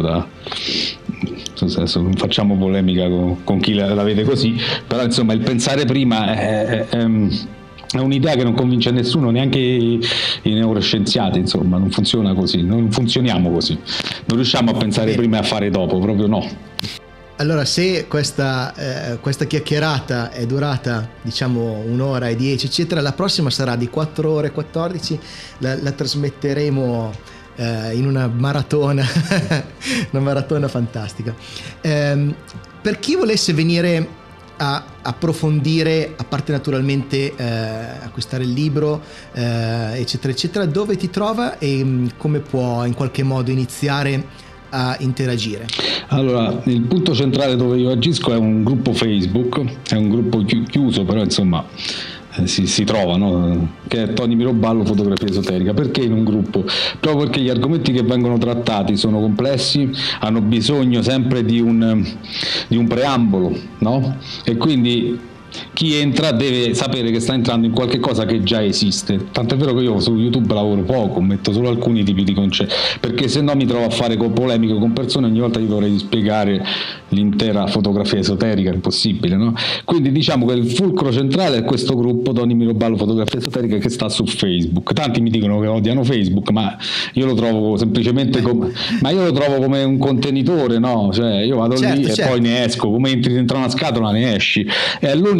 non facciamo polemica con chi la vede così, però insomma il pensare prima è un'idea che non convince nessuno, neanche i neuroscienziati, insomma non funziona così, non funzioniamo così, non riusciamo a pensare prima e a fare dopo, proprio no. Allora, se questa chiacchierata è durata diciamo 1 ora e 10 eccetera, la prossima sarà di 4 ore e 14, la trasmetteremo in una maratona una maratona fantastica. Per chi volesse venire a approfondire, a parte naturalmente acquistare il libro eccetera eccetera, dove ti trova e come può in qualche modo iniziare a interagire? Allora, il punto centrale dove io agisco è un gruppo Facebook, è un gruppo chiuso, però insomma si trova, no? Che è Tony Miroballo Fotografia Esoterica. Perché in un gruppo? Proprio perché gli argomenti che vengono trattati sono complessi, hanno bisogno sempre di un preambolo, no? E quindi chi entra deve sapere che sta entrando in qualche cosa che già esiste, tant'è vero che io su YouTube lavoro poco, metto solo alcuni tipi di concetti, perché se no mi trovo a fare polemiche con persone, ogni volta io dovrei spiegare l'intera fotografia esoterica, è impossibile, no? Quindi diciamo che il fulcro centrale è questo gruppo Tony Miroballo Fotografia Esoterica che sta su Facebook. Tanti mi dicono che odiano Facebook, ma io lo trovo semplicemente come un contenitore, no? Cioè io vado lì e poi ne esco, come entri dentro una scatola ne esci, è l'unico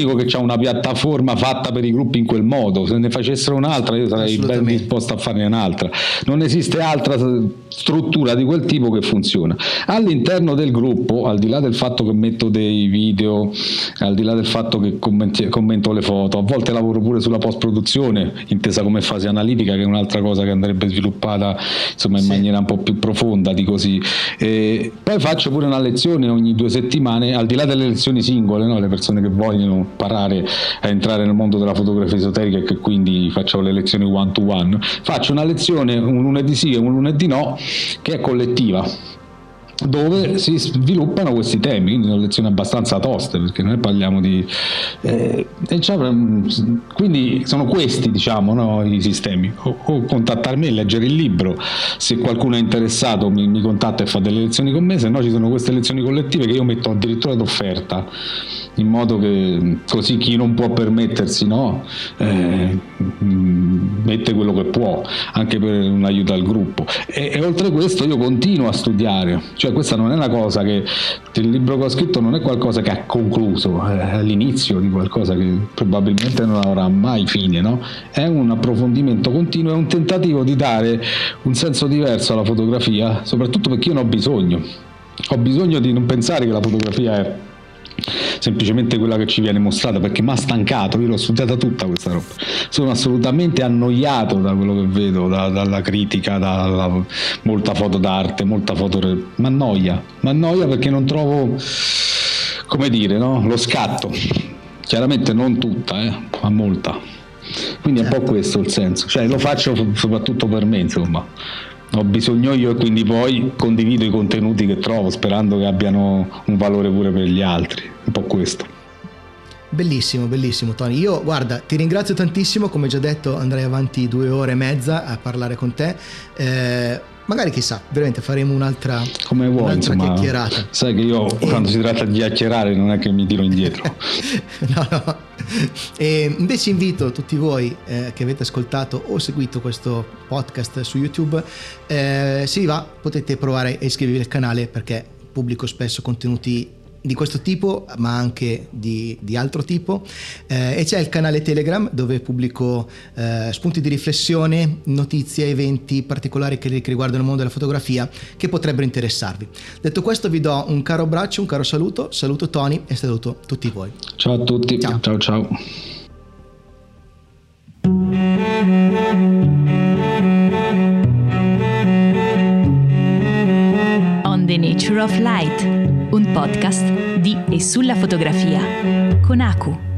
l'unico che ha una piattaforma fatta per i gruppi in quel modo. Se ne facessero un'altra io sarei ben disposto a farne un'altra. Non esiste altra struttura di quel tipo che funziona. All'interno del gruppo, al di là del fatto che metto dei video, al di là del fatto che commento le foto, a volte lavoro pure sulla post-produzione, intesa come fase analitica, che è un'altra cosa che andrebbe sviluppata insomma in maniera un po' più profonda di così. Poi faccio pure una lezione ogni 2 settimane, al di là delle lezioni singole, no? Le persone che vogliono imparare a entrare nel mondo della fotografia esoterica e che quindi faccio le lezioni one to one, faccio una lezione un lunedì sì e un lunedì no, che è collettiva, dove si sviluppano questi temi, quindi sono lezioni abbastanza toste, perché noi parliamo di quindi sono questi, diciamo, no, i sistemi. O contattarmi e leggere il libro, se qualcuno è interessato mi contatta e fa delle lezioni con me, se no ci sono queste lezioni collettive che io metto addirittura d'offerta, in modo che così chi non può permettersi, no, mette quello che può, anche per un aiuto al gruppo. E oltre questo io continuo a studiare, cioè questa non è una cosa che il libro che ho scritto non è qualcosa che ha concluso, è l'inizio di qualcosa che probabilmente non avrà mai fine, no? È un approfondimento continuo, è un tentativo di dare un senso diverso alla fotografia, soprattutto perché io ne ho bisogno di non pensare che la fotografia è semplicemente quella che ci viene mostrata, perché mi ha stancato, io l'ho studiata tutta questa roba, sono assolutamente annoiato da quello che vedo, dalla critica, dalla molta foto d'arte, molta foto, mi annoia perché non trovo, come dire, no? Lo scatto, chiaramente non tutta, ma molta, quindi è un po' questo il senso, cioè lo faccio soprattutto per me, insomma. Ho bisogno io e quindi poi condivido i contenuti che trovo, sperando che abbiano un valore pure per gli altri, un po' questo. Bellissimo, bellissimo Tony. Io guarda, ti ringrazio tantissimo, come già detto andrei avanti 2 ore e mezza a parlare con te, magari chissà, veramente faremo un'altra, come vuoi, un'altra insomma, chiacchierata. Sai che io quando si tratta di chiacchierare non è che mi tiro indietro. No. E invece invito tutti voi che avete ascoltato o seguito questo podcast su YouTube, se vi va potete provare a iscrivervi al canale, perché pubblico spesso contenuti di questo tipo ma anche di altro tipo, e c'è il canale Telegram dove pubblico spunti di riflessione, notizie, eventi particolari che riguardano il mondo della fotografia che potrebbero interessarvi. Detto questo vi do un caro abbraccio, un caro saluto Tony e saluto tutti voi. Ciao a tutti, ciao. On the Nature of Light, un podcast di e sulla fotografia con Aku.